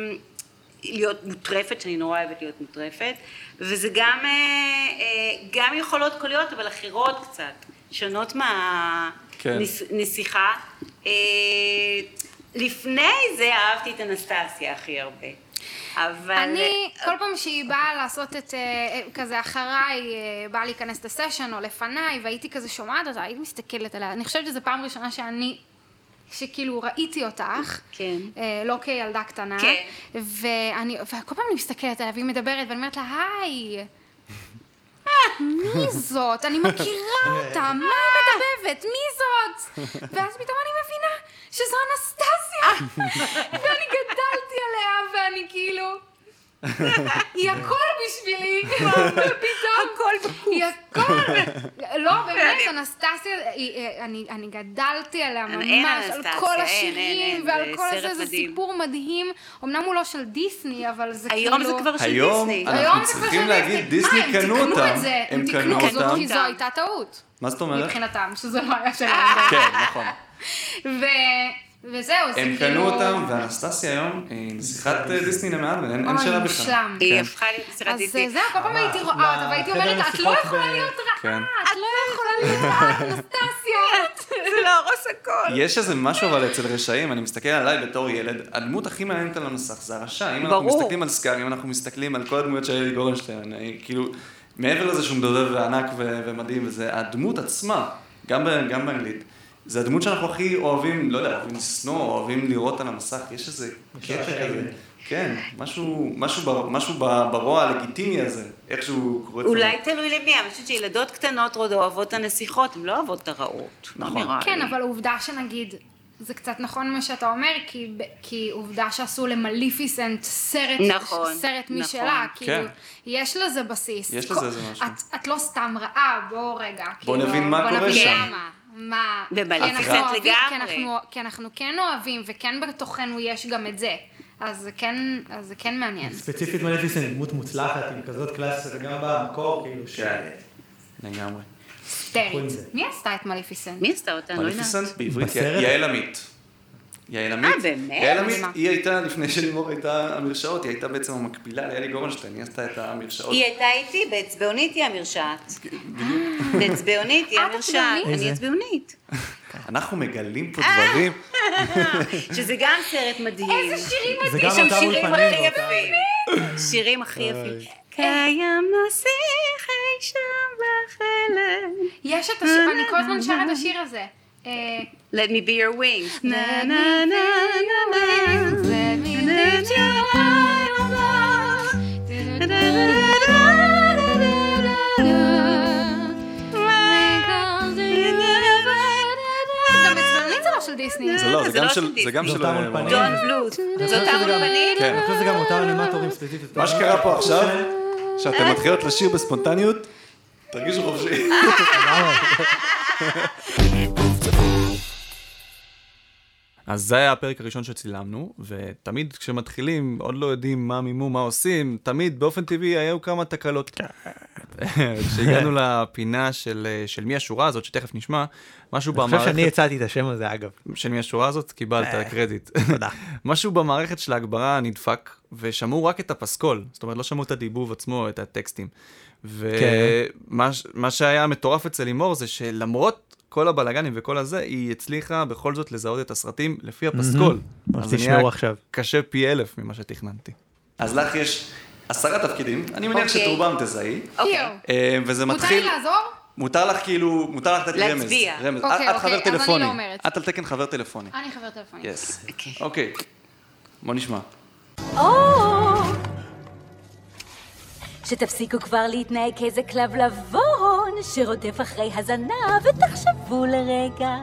להיות מוטרפת, שאני נורא אוהבת להיות מוטרפת, וזה גם, אה, אה, גם יכולות קוליות, אבל אחרות קצת, שונות כן. מהנסיכה. לפני זה אהבתי את אנסטסיה הכי הרבה. אבל... אני, כל פעם שהיא באה לעשות את, אה, כזה אחריי, אה, באה להיכנס לסשן או לפניי, והייתי כזה שומעת אותה, הייתי מסתכלת עליה. אני חושבת שזו פעם ראשונה שאני, שכאילו ראיתי אותך, כן. אה, לא כילדה קטנה, כן. ואני, וכל פעם אני מסתכלת עליה, והיא מדברת, ואני אומרת לה, היי, מי זאת? אני מכירה אותה, מה היא מדבבת? מי זאת? ואז פתאום אני מבינה שזו אנסטסיה, ואני גדלתי עליה, ואני כאילו, היא הכל בשבילי, ופתאום, הכל בקוף. היא הכל, לא באמת, אנסטסיה, היא- אני אני גדלתי עליה אין ממש, על אנסטסיה, כל אין, השירים, אין, אין, ועל זה כל סרט זה, זה מדהים. סיפור מדהים, אמנם הוא לא של דיסני, אבל זה כאילו... היום זה כבר של היום דיסני. אנחנו היום זה כבר צריכים של להגיד, דיסני מה, הם קנו תיקנו אותם, את זה, הם הם קנו תיקנו זאת, אותם. כי זו הייתה טעות. מה זאת אומרת? מבחינתם, שזה לא היה שלהם. כן, נכון. ו- וזהו, זה הם כאילו... קנו אותם, ואנסטסיה היום היא נסיכת אה, דיסני למעט, אין אין אוי, שאלה בכלל. מושלם. היא כן. הפכה להיות סרט אז דיסני. זהו, כל פעם הייתי רואה אותה, והייתי בחדר אומרת, את לא הנסיכות יכולה ב- להיות כן. רעה, את לא יכולה להיות רעה, אנסטסיה. זה להרוס הכל. יש איזה משהו אבל אצל רשעים, אני מסתכל עליי בתור ילד, הדמות הכי מעניינת על המסך זה הרשע. אם אנחנו ברור. מסתכלים על סקאר, אם אנחנו מסתכלים על כל הדמויות של אלי גורנשטיין, אני, כאילו, מעבר לזה שהוא מדובב וענק ו- ומדהים, וזה הדמות עצמה, גם, ב- גם באנגלית. זה הדמות שאנחנו הכי אוהבים, לא יודע, אוהבים לשנוא, אוהבים לראות על המסך, יש איזה קטע כזה. כן, משהו, משהו, ב- משהו ב- ברוע הלגיטימי הזה, איכשהו קורא את זה. אולי תלוי למי, אני חושבת שילדות קטנות עוד אוהבות את הנסיכות, הן לא אוהבות את הרעות. לא נכון. נראה לי. כן, אבל עובדה שנגיד, זה קצת נכון מה שאתה אומר, כי, ב- כי עובדה שעשו למליפיסנט סרט, נכון, סרט נכון. משלה, כאילו, כן. יש לזה בסיס. יש כל- לזה איזה משהו. את, את לא סתם רעה, בוא רגע. בוא כאילו, נבין מה בוא קורה נבין שם. למה. מה, במליפיסנט כי אנחנו אוהבים- לגמרי. כי אנחנו, כי אנחנו כן אוהבים, וכן בתוכנו יש גם את זה. אז זה כן, אז זה כן מעניין. ספציפית מליפיסנט, דמות מוצלחת עם כזאת קלאסה, זה גם במקור, כאילו, ש... כן. לגמרי. היסטרית. מי עשתה את מליפיסנט? מי עשתה אותה? אני לא יודעת. מליפיסנט בעברית, בסרט? יעל עמית. יעל עמית. אה, באמת? יעל עמית, מדהימה. היא הייתה, לפני שלימור הייתה המרשעות, היא הייתה בעצם המקבילה לאלי גורנשטיין, היא עשתה את המרשעות. היא הייתה איתי, באצבעונית היא המרשעת. באצבעונית היא את המרשעת. אצבעונית? אני אצבעונית. אנחנו מגלים פה דברים. שזה גם סרט מדהים. איזה שירים זה מדהים. גם יש שם אותם שירים אולפנים הכי באותה- יפים. שירים הכי יפים. קיים נסיך אי שם בחלם. יש את השיר, אני כל הזמן שרה את השיר הזה. Let me be your wings. na na na na na. Let me lift your light of love. גם אצלנית זה לא של דיסני. זה לא, זה גם של... אותם אולפנים. דון בלוט. זה אותם אולפנים? אני חושב שזה גם אותם אנימטורים ספציפית. מה שקרה פה עכשיו, שאתם מתחילות לשיר בספונטניות, תרגישו חופשי. אז זה היה הפרק הראשון שצילמנו, ותמיד כשמתחילים עוד לא יודעים מה מימו, מה עושים, תמיד באופן טבעי היו כמה תקלות. כשהגענו לפינה של, של מי השורה הזאת, שתכף נשמע, משהו במערכת... אני חושב שאני הצעתי את השם הזה, אגב. של מי השורה הזאת, קיבלת קרדיט. תודה. משהו במערכת של ההגברה נדפק, ושמעו רק את הפסקול, זאת אומרת, לא שמעו את הדיבוב עצמו, את הטקסטים. ומה שהיה מטורף אצל לימור זה שלמרות כל הבלגנים וכל הזה, היא הצליחה בכל זאת לזהות את הסרטים לפי הפסקול. אז זה נהיה קשה פי אלף ממה שתכננתי. אז לך יש עשרה תפקידים, אני מניח שתרובם תזהי. וזה מתחיל... מותר לי לעזור? מותר לך כאילו, מותר לך לתת רמז. להצביע. את חבר טלפוני. את על תקן חבר טלפוני. אני חבר טלפוני. יס. אוקיי. בוא נשמע. שתפסיקו כבר להתנהג כאיזה כלב לבון שרודף אחרי הזנב ותחשבו לרגע.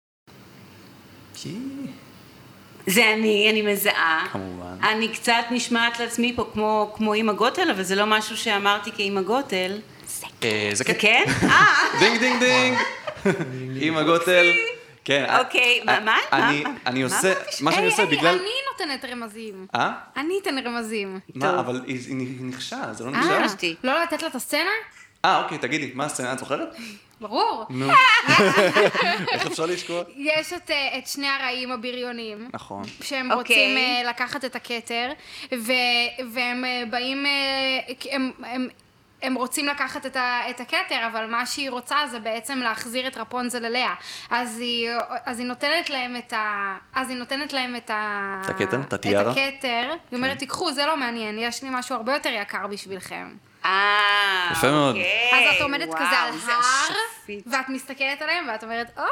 זה אני, אני מזהה. כמובן. אני קצת נשמעת לעצמי פה כמו, כמו אימא גוטל, אבל זה לא משהו שאמרתי כאימא גוטל. זה כן? כן? אה! דינג דינג דינג. אימא גוטל. כן. אוקיי, מה? אני עושה, מה שאני עושה בגלל... אני נותנת רמזים. אה? אני אתן רמזים. מה, אבל היא נחשה, זה לא אה, נחשה? לא לתת לה את הסצנה? אה, אוקיי, תגידי, מה הסצנה, את זוכרת? ברור. נו. איך אפשר לשקוע? יש את, את שני הרעים הבריונים. נכון. שהם אוקיי. רוצים uh, לקחת את הכתר, ו, והם uh, באים, uh, הם, הם, הם רוצים לקחת את, ה, את הכתר, אבל מה שהיא רוצה זה בעצם להחזיר את רפונזל אליה. אז היא, אז היא נותנת להם את ה... אז היא נותנת להם את ה... את הכתר? את הטיארה? את הכתר. היא אומרת, תיקחו, זה לא מעניין, יש לי משהו הרבה יותר יקר בשבילכם. אה, יפה מאוד. אוקיי. אז את עומדת וואו, כזה על זה הר, השפיץ. ואת מסתכלת עליהם, ואת אומרת, או...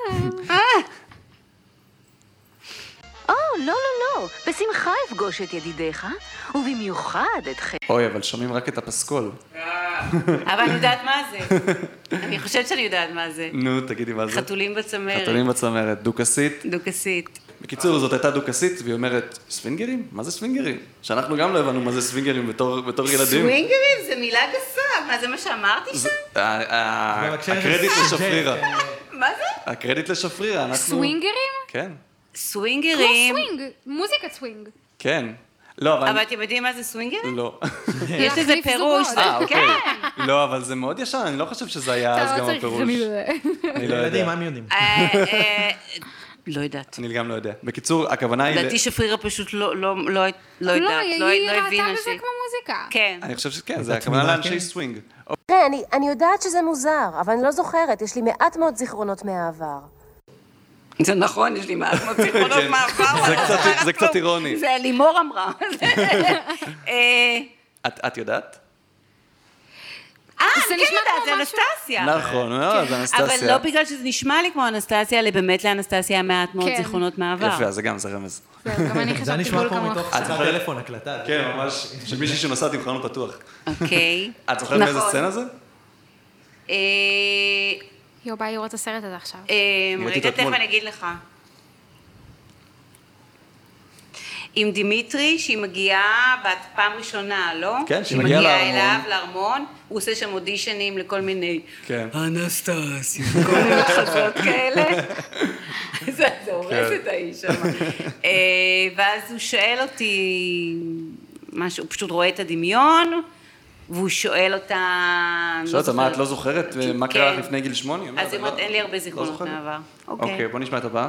או, לא, לא, לא, בשמחה אפגוש את ידידיך, ובמיוחד אתכם. אוי, אבל שומעים רק את הפסקול. אבל אני יודעת מה זה. אני חושבת שאני יודעת מה זה. נו, תגידי מה זה. חתולים בצמרת. חתולים בצמרת, דוקסית. דוקסית. בקיצור, זאת הייתה דוקסית, והיא אומרת, סווינגרים? מה זה סווינגרים? שאנחנו גם לא הבנו מה זה סווינגרים בתור בתור ילדים. סווינגרים זה מילה גסה, מה זה מה שאמרתי שם? הקרדיט לשפרירה. מה זה? הקרדיט לשפרירה, אנחנו... סווינגרים? כן. כמו סווינגרים. סווינג, מוזיקת סווינג. כן. לא, אבל... אבל אתם יודעים מה זה סווינגרים? לא. יש לזה להחליף פירוש. זוגות. אה, אוקיי. לא, אבל זה מאוד ישן, אני לא חושב שזה היה אז גם הפירוש. אני לא ילדים, מה יודע. הם יודעים? אה, אה, לא יודעת. אני גם לא יודע. בקיצור, הכוונה היא... לדעתי שפרירה פשוט לא לא לא לא יודעת, לא, היא לא ראתה הבינה בזה שהיא... כמו מוזיקה. כן. אני חושב שכן, זה את הכוונה תמימה, לאנשי כן? סווינג. תראה, אני, אני יודעת שזה מוזר, אבל אני לא זוכרת, יש לי מעט מאוד זכרונות מהעבר. זה נכון, יש לי מעט מאוד זיכרונות כן. מהעבר. זה אבל קצת- לא זוכרת זה קצת כלום. אירוני. זה לימור אמרה. אה, את את יודעת? אה, זה אני כן נשמע יודעת, כמו זה משהו- אנסטסיה. נכון, מאוד, זה אבל אנסטסיה. לא בגלל שזה נשמע לי כמו אנסטסיה, אלא באמת לאנסטסיה מעט מאוד כן. זיכרונות מהעבר. יפה, אז זה גם, זה רמז. זהו, גם אני זה חשבתי נשמע בול כמו כמוך. מתוך שיחת טלפון הקלטה. כן, ממש, של מישהי שנוסעת עם חלון פתוח. אוקיי. את זוכרת מאיזה נכון. סצנה זה? אה, יו, בא לראות את הסרט הזה עכשיו. אה, ראיתי רגע, אותו תכף אתמול. אני אגיד לך. עם דימיטרי, שהיא מגיעה בפעם ראשונה, לא? כן, שהיא שהיא מגיעה מגיעה לארמון. אליו, לארמון, הוא עושה שם אודישנים לכל מיני... כן. אנסטסיה, כל מיני מחזות כאלה. זה זה הורס כן. את האיש שם. אה, ואז הוא שואל אותי, משהו, הוא פשוט רואה את הדמיון, והוא שואל אותה... שואלת, מה, את לא זוכרת מה קרה לך כן. לפני גיל שמונה? אומרת, אז היא אומרת, "לא, אין לי הרבה לא זיכרונות זוכרת." מהעבר. אוקיי, בוא נשמע את הבאה.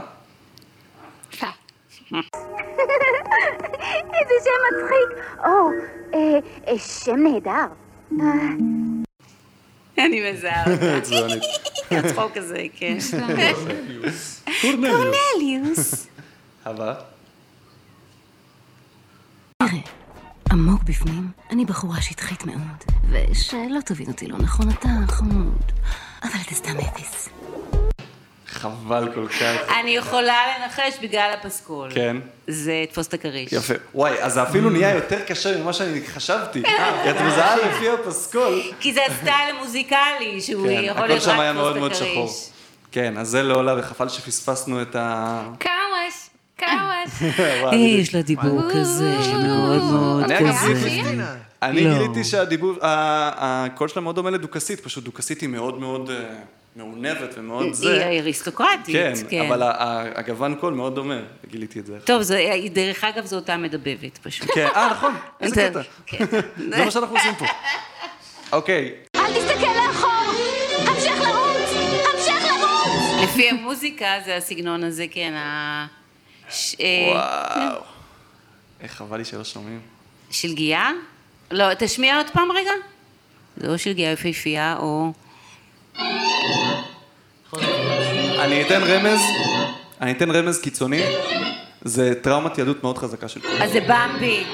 איזה שם מצחיק. או, אה, אה, שם נהדר. אני מזהה אותה. עצבנית. הצחוק הזה, כן. קורנליוס. קורנליוס. הבאה. עמוק בפנים, אני בחורה שטחית מאוד, ושלא תבין אותי לא נכון, אתה חמוד, אבל אתה סתם אפס. חבל כל כך. אני יכולה לנחש בגלל הפסקול. כן. זה תפוס את הכריש. יפה. וואי, אז זה אפילו נהיה יותר קשה ממה שאני חשבתי. כי את מזהה לפי הפסקול. כי זה הסטייל המוזיקלי, שהוא כן, יכול הכל להיות שם היה רק מאוד תפוס מאוד את שחור. הכריש. כן, אז זה לא עולה, וחבל שפספסנו את ה... קאווש, קאווש. יש לה דיבור כזה, מאוד מאוד אני אגב כזה. גיליתי- אני גיליתי שהדיבור, ה- הקול שלה מאוד דומה לדוכסית, פשוט דוכסית היא מאוד מאוד אה, מעונבת ומאוד זה. היא אריסטוקרטית, כן, כן. אבל ה- ה- הגוון קול מאוד דומה, גיליתי את זה. טוב, זה- דרך אגב זו אותה מדבבת פשוט. כן, אה, נכון, איזה קטע. כן. זה מה שאנחנו עושים פה. אוקיי, אל תסתכל לאחור! המשך לרוץ! המשך לרוץ! לפי המוזיקה זה הסגנון הזה, כן, ה... ש- אה, וואו. איך חבל לי שלא שומעים. שלגיה? לא, תשמיע עוד פעם רגע. זה או שלגיה יפהפייה או... אני אתן רמז, אני אתן רמז קיצוני, זה טראומת ילדות מאוד חזקה של כולם. אז זה במבי.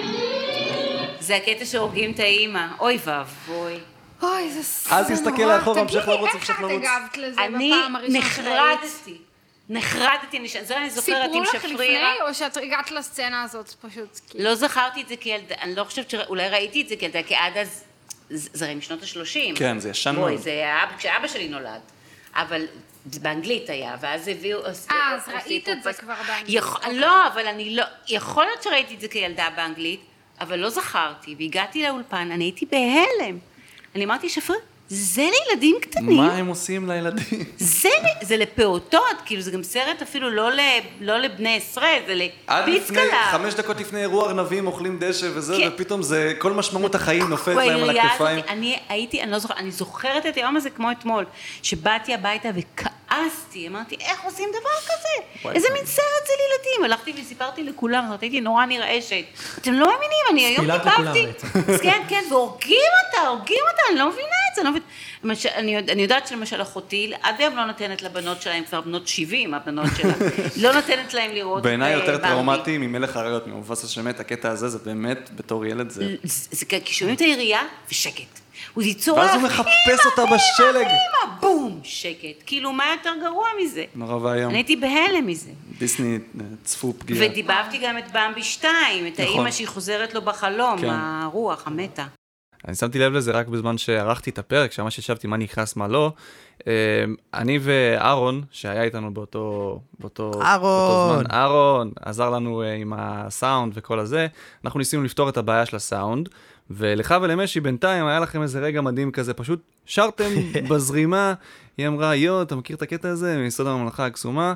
זה הקטע שהורגים את האימא. אוי ואבוי. אוי, זה זה אל תסתכל נורא. לאחור, המשך לרוץ, תגידי, המשך לרוץ. איך את הגבת לזה אני בפעם הראשונה שראית? נחרדתי. נחרדתי, נש- זה אני זוכרת סיפרו עם לך לפני, שפרירה. או שאת הגעת לסצנה הזאת פשוט? כאילו? לא זכרתי את זה כילדה, אני לא חושבת שאולי ראיתי את זה כילדה, כי עד אז, זה זה הרי משנות ה-שלושים. כן, זה ישן בואי, מאוד. זה היה כשאבא שלי נולד. אבל זה באנגלית היה, ואז הביאו... אה, אז ראית את זה כבר באנגלית. יכול- לא, אבל אני לא... יכול להיות שראיתי את זה כילדה באנגלית, אבל לא זכרתי, והגעתי לאולפן, אני הייתי בהלם. אני אמרתי, שפרירה, זה לילדים קטנים. מה הם עושים לילדים? זה, זה לפעוטות, כאילו זה גם סרט אפילו לא, ל, לא לבני עשרה, זה עד לפני, לפיצקלה. חמש דקות לפני אירוע ארנבים אוכלים דשא וזה, כן. ופתאום זה, כל משמעות החיים נופלת להם על בעירייה הכתפיים. הזאת, אני הייתי, אני לא זוכרת, אני זוכרת את היום הזה כמו אתמול, שבאתי הביתה וכעסתי, אמרתי, איך עושים דבר כזה? וואי, איזה וואי. מין סרט זה לילדים? הלכתי וסיפרתי לכולם, זאת אומרת, הייתי נורא נרעשת. אתם לא מאמינים, אני היום ספילת לכולם דיברתי. בעצם. כן, כן, והורגים אותה, הורגים אותה, אני לא מבינה את זה, אני לא מבינה. למשל, אני, יודע- אני יודעת שלמשל אחותי, עד היום לא נותנת לבנות שלהם, כבר בנות שבעים, הבנות שלה, לא נותנת להם לראות בעיניי יותר באנגלית. טראומטי ממלך האריות, מאובסס שמת, הקטע הזה, זה באמת, בתור ילד, זה... זה זה כי שומעים את העירייה ושקט. הוא צורח, ואז הוא מחפש אותה בשלג. אמא, אמא, בום, שקט. כאילו, מה יותר גרוע מזה? נורא ואיום. אני הייתי בהלם מזה. דיסני אה, צפו פגיעה. ודיברתי גם את במבי שתיים, את נכון. האימא שהיא חוזרת לו בחלום, כן. הרוח, המתה. אני שמתי לב לזה רק בזמן שערכתי את הפרק, שממש ישבתי מה נכנס, מה לא. אה, אני ואהרון, שהיה איתנו באותו, באותו, אהרון. באותו זמן, אהרון, עזר לנו אה, עם הסאונד וכל הזה, אנחנו ניסינו לפתור את הבעיה של הסאונד, ולך ולמשי בינתיים היה לכם איזה רגע מדהים כזה, פשוט שרתם בזרימה, היא אמרה, יו, אתה מכיר את הקטע הזה? מיסוד הממלכה הקסומה.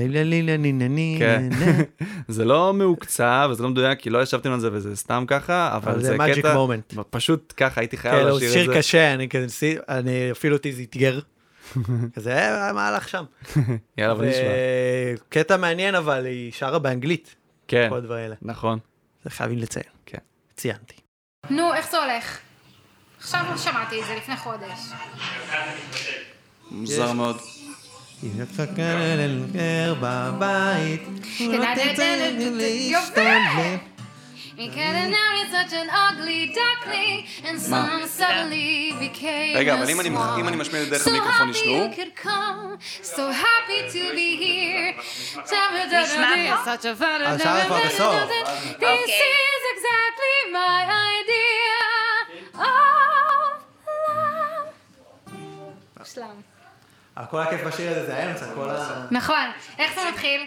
כן. זה לא מעוקצה, וזה לא מדויק, כי לא ישבתם על זה, וזה סתם ככה, אבל אבל זה זה קטע... magic moment. פשוט ככה, הייתי חייב כן, הוא לשיר את זה. שיר קשה, אני כזה, אני אפילו אותי זה אתגר. כזה היה מהלך שם. יאללה, בוא נשמע. קטע מעניין, אבל היא שרה באנגלית. כן, כל הדברים האלה. נכון. זה חייבים לציין. כן. ציינתי. נו, איך זה הולך? עכשיו לא שמעתי את זה לפני חודש. מוזר מאוד. היא תחכה ללגר בבית. We can't marry such an ugly duckling, and some suddenly became רגע, a אבל אם אני- swan. אם אני משמיע דרך So המיקרופון, happy ישמעו? you could come, so happy to be here. נשמע פה? Such a fun- אה, שרה כבר בסוף. This אוקיי. is exactly my idea of love. שלם. כל הכיף בשיר הזה זה האמצע, כל ה... נכון, איך זה מתחיל?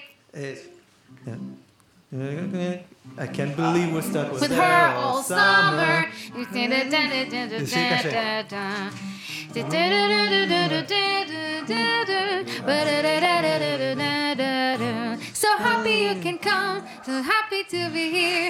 I can't believe we're stuck with With her her all all summer. summer. זה שיר קשה. So happy you can come, so happy to be here.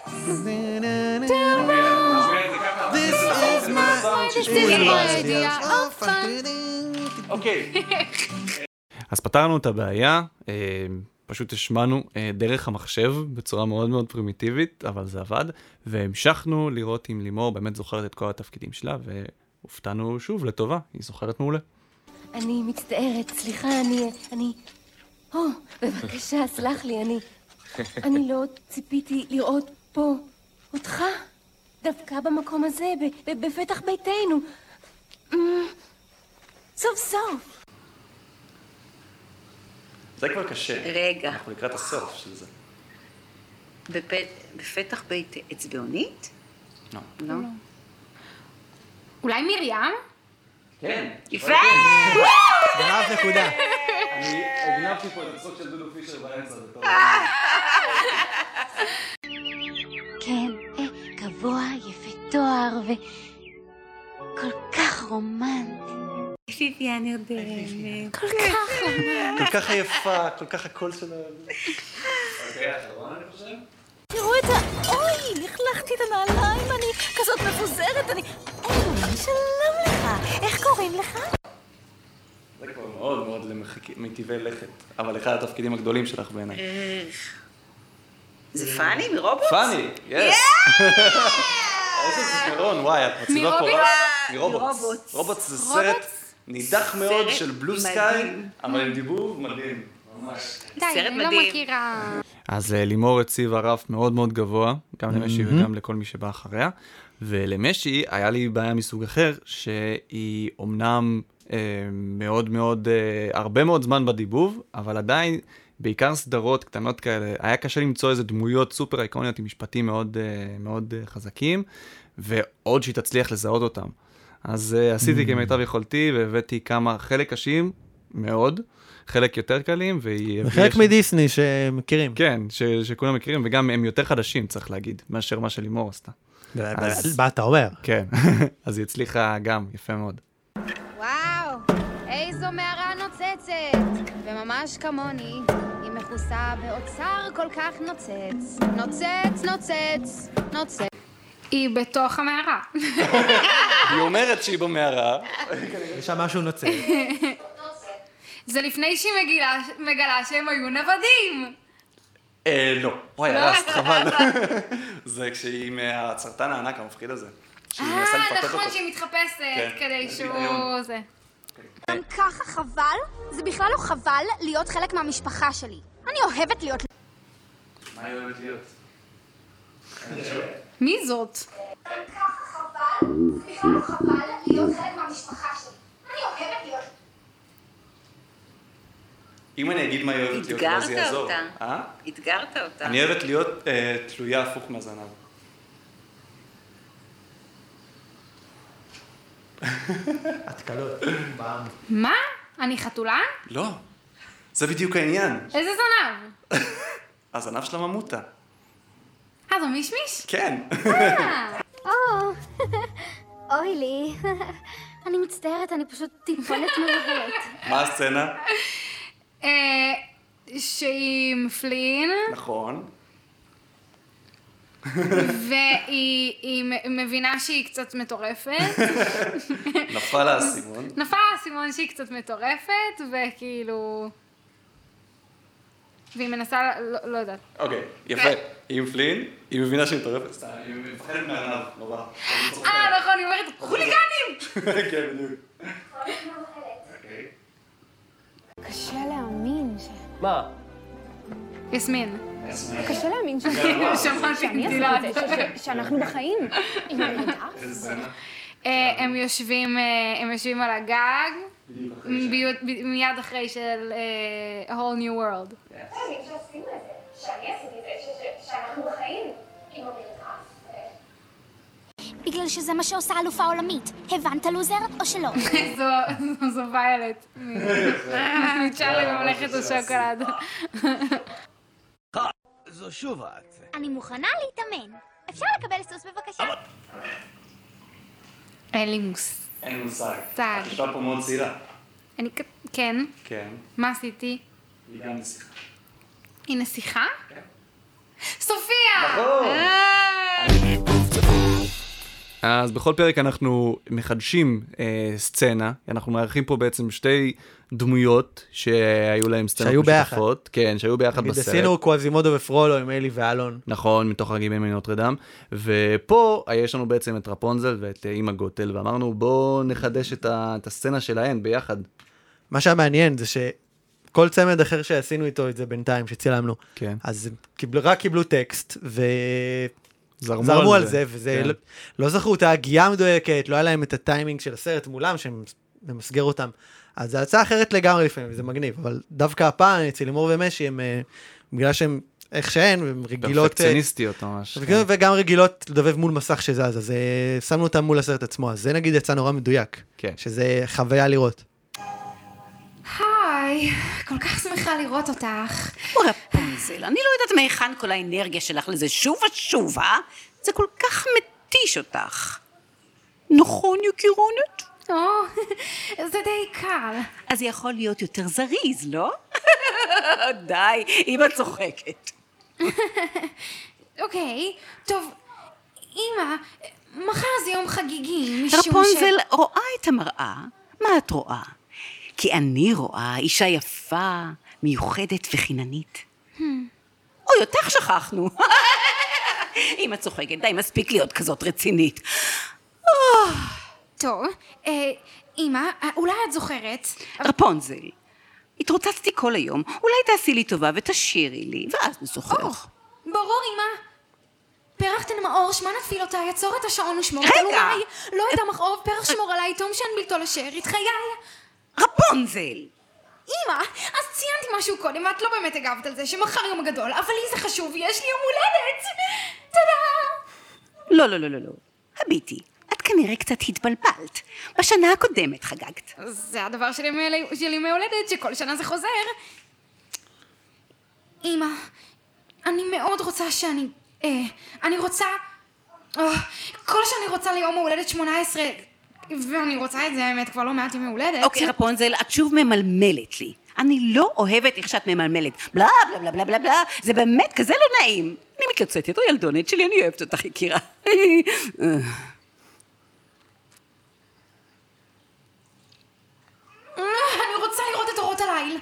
This is my This is my idea of fun. אוקיי. אז פתרנו את הבעיה, אה, פשוט השמענו אה, דרך המחשב בצורה מאוד מאוד פרימיטיבית, אבל זה עבד, והמשכנו לראות אם לימור באמת זוכרת את כל התפקידים שלה, והופתענו שוב לטובה, היא זוכרת מעולה. אני מצטערת, סליחה, אני... אני... או, בבקשה, סלח לי, אני... אני לא ציפיתי לראות פה אותך. דווקא במקום הזה, ב- ב- בפתח ביתנו. אמ, סוף סוף. זה כבר קשה. רגע. אנחנו לקראת הסוף של זה. בפ- בפתח בית אצבעונית? לא. לא. אולי מרים? כן. יפה! גנב נקודה. אני הגנבתי פה את הסוג של דודו פישר באמצע. כן, אה, גבוה, יפה תואר וכל כך רומנטי. פיפיה נרדמת. כל כך רומנטי. כל כך יפה, כל כך הקול שלה. אוקיי, אחרון אני חושב? תראו את ה... אוי, לכלכתי את הנעליים, אני כזאת מבוזרת, אני... היי, שלום לך, איך קוראים לך? זה כבר מאוד מאוד למטיבי לכת, אבל אחד התפקידים הגדולים שלך בעיניי. זה פאני מרובוטס? פאני, יס! איזה זיכרון, וואי, את מציבה פה מרובוט? רק מרובוטס. מרובוטס. רובוטס זה סרט נידח מאוד של בלו סקאי, מדהים. אבל עם דיבור מדהים, ממש. די, סרט אני לא מדהים. מכירה. אז לימור הציבה רף מאוד מאוד גבוה, גם למשי וגם לכל מי שבא אחריה, ולמשי היה לי בעיה מסוג אחר, שהיא אומנם אה, מאוד מאוד, אה, הרבה מאוד זמן בדיבוב, אבל עדיין, בעיקר סדרות קטנות כאלה, היה קשה למצוא איזה דמויות סופר איקוניות עם משפטים מאוד, אה, מאוד אה, חזקים, ועוד שהיא תצליח לזהות אותם. אז אה, עשיתי כמיטב יכולתי, והבאתי כמה חלק קשים מאוד, חלק יותר קלים, והיא... חלק מדיסני שמכירים. כן, ש- שכולם מכירים, וגם הם יותר חדשים, צריך להגיד, מאשר מה שלימור עשתה. אז- מה אתה אומר? כן, אז היא הצליחה גם, יפה מאוד. וואו, איזו מערה נוצצת, וממש כמוני, היא מכוסה באוצר כל כך נוצץ. נוצץ, נוצץ, נוצץ. היא בתוך המערה. היא אומרת שהיא במערה. יש שם משהו נוצר. זה לפני שהיא מגילה, מגלה שהם היו נוודים. אה, לא. וואי, הרסת, חבל. זה כשהיא מהסרטן הענק המפחיד הזה. שהיא מנסה אה, לפתות נכון, אותו. שהיא מתחפשת כן. כדי זה שהוא... היגיון. זה. גם ככה חבל? זה בכלל לא חבל להיות חלק מהמשפחה שלי. אני אוהבת להיות... מה היא אוהבת להיות? מי זאת? גם ככה חבל? זה בכלל לא חבל להיות חלק מהמשפחה שלי. אני אוהבת להיות... אם אני אגיד מה היא אוהבת להיות, אולי זה אתגרת יעזור. אותה. אה? אתגרת אותה. אני אוהבת להיות אה, תלויה הפוך מהזנב. התקלות. בעם. מה? אני חתולה? לא. זה בדיוק העניין. איזה זנב? הזנב של הממותה. אה, זו מישמיש? כן. או, אוי לי. אני מצטערת, אני פשוט טיפונת מבוהלת. מה הסצנה? אה, שהיא עם פלין, נכון. והיא היא מבינה שהיא קצת מטורפת. נפל האסימון. נפל האסימון שהיא קצת מטורפת, וכאילו... והיא מנסה, לא, לא יודעת. אוקיי, יפה. היא עם פלין, היא מבינה שהיא מטורפת. סתם, היא מפחדת מהענב, נורא. אה, נכון, היא אומרת, חוליגנים! כן, בדיוק. קשה להאמין ש... מה? יסמין. קשה להאמין ש... שמעתי גדילה. שאנחנו בחיים. עם הילדה. איזה סצנה? אה, הם יושבים, אה, הם יושבים על הגג, ב- ב- מיד אחרי של אה, A Whole New World. בגלל שזה מה שעושה אלופה עולמית. הבנת לוזר או שלא? זו- זו ויולט. מצ'ארלי ממלכת השוקולד. זו שוב את. אני מוכנה להתאמן. אפשר לקבל סוס בבקשה? אין לי מושג. אין לי מושג. צעד. את ישבה פה מאוד צעירה. אני כ... כן. כן. מה עשיתי? היא גם נסיכה. היא נסיכה? סופיה! נכון. אה, אז בכל פרק אנחנו מחדשים אה, סצנה, אנחנו מארחים פה בעצם שתי דמויות שהיו להם סצנות שהיו ביחד. משותפות. כן, שהיו ביחד נגיד, בסרט. עשינו קוואזימודו ופרולו עם אלי ואלון. נכון, מתוך הגימים מנוטרדם. ופה יש לנו בעצם את רפונזל ואת אימא גוטל, ואמרנו בואו נחדש את, ה, את הסצנה שלהן ביחד. מה שהמעניין זה שכל צמד אחר שעשינו איתו את זה בינתיים, שצילמנו, כן. אז קיבל, רק קיבלו טקסט, ו... זרמו, זרמו על על זה, זה, וזה כן. לא, לא זכרו את ההגייה המדויקת, לא היה להם את הטיימינג של הסרט מולם, שממסגר אותם. אז זה הצעה אחרת לגמרי לפעמים, וזה מגניב, אבל דווקא הפעם, אצל לימור ומשי, הם, אה, בגלל שהם איך שהן, הם רגילות... פרפקציוניסטיות ממש. וגם, וגם רגילות לדבב מול מסך שזז, אז אה, שמנו אותם מול הסרט עצמו, אז זה נגיד יצא נורא מדויק, כן. שזה חוויה לראות. היי, כל כך שמחה לראות אותך. רפונזל, אני לא יודעת מהיכן כל האנרגיה שלך לזה שוב ושוב, אה? זה כל כך מתיש אותך. נכון, יקירונת? או, זה די קל. אז יכול להיות יותר זריז, לא? די, אמא צוחקת. אוקיי, טוב, אמא, מחר זה יום חגיגי, משום ש... רפונזל רואה את המראה. מה את רואה? כי אני רואה אישה יפה, מיוחדת וחיננית. אוי, אותך שכחנו. אמא צוחקת, די, מספיק להיות כזאת רצינית. טוב, אה, אמא, אולי את זוכרת? רפונזל, התרוצצתי כל היום, אולי תעשי לי טובה ותשאירי לי, ואז נשוחח. ברור, אמא. פרח תנמאור, שמה נתפיל אותה, יצור את השעון ושמור. רגע! אולי, לא את המכאוב, פרח שמור עליי, תום שאין בלתו לשאר, את חיי. רפונזל! אמא, אז ציינתי משהו קודם, ואת לא באמת הגבת על זה, שמחר יום הגדול, אבל לי זה חשוב, יש לי יום הולדת. תודה! לא, לא, לא, לא, לא. הביטי, את כנראה קצת התבלבלת. בשנה הקודמת חגגת. זה הדבר של ימי, של ימי הולדת, שכל שנה זה חוזר. אמא, אני מאוד רוצה שאני... אה, אני רוצה... אה, כל שאני רוצה ליום ההולדת שמונה עשרה, ואני רוצה את זה, האמת, כבר לא מעט ימי הולדת. אוקיי, רפונזל, את שוב ממלמלת לי. אני לא אוהבת איך שאת ממלמלת. בלה, בלה, בלה, בלה, בלה, בלה. זה באמת כזה לא נעים. אני מתלוצצת, או ילדונת שלי, אני אוהבת אותך, יקירה. אני רוצה לראות את אורות הליל.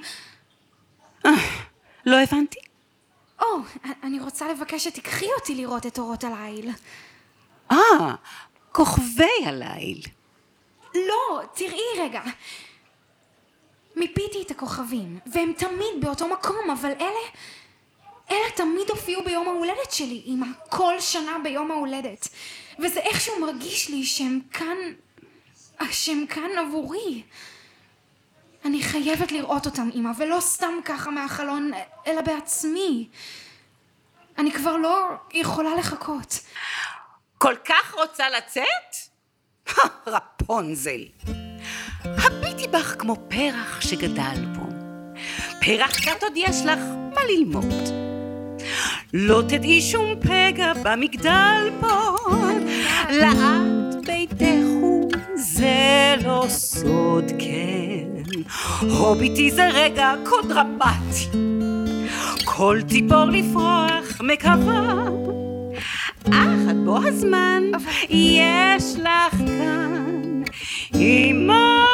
לא הבנתי? או, אני רוצה לבקש שתיקחי אותי לראות את אורות הליל. אה, כוכבי הליל. לא, תראי רגע. מיפיתי את הכוכבים, והם תמיד באותו מקום, אבל אלה... אלה תמיד הופיעו ביום ההולדת שלי, אמא. כל שנה ביום ההולדת. וזה איכשהו מרגיש לי שהם כאן... שהם כאן עבורי. אני חייבת לראות אותם, אמא, ולא סתם ככה מהחלון, אלא בעצמי. אני כבר לא יכולה לחכות. כל כך רוצה לצאת? רפונזל. הביטי בך כמו פרח שגדל פה. פרח קט עוד יש לך מה ללמוד. לא תדעי שום פגע במגדל פה. לעד ביתך הוא, זה לא סוד, כן. הוביטי זה רגע כה דרמטי. כל ציפור לפרוח מקווה. אך עד בו הזמן יש לך כאן אמא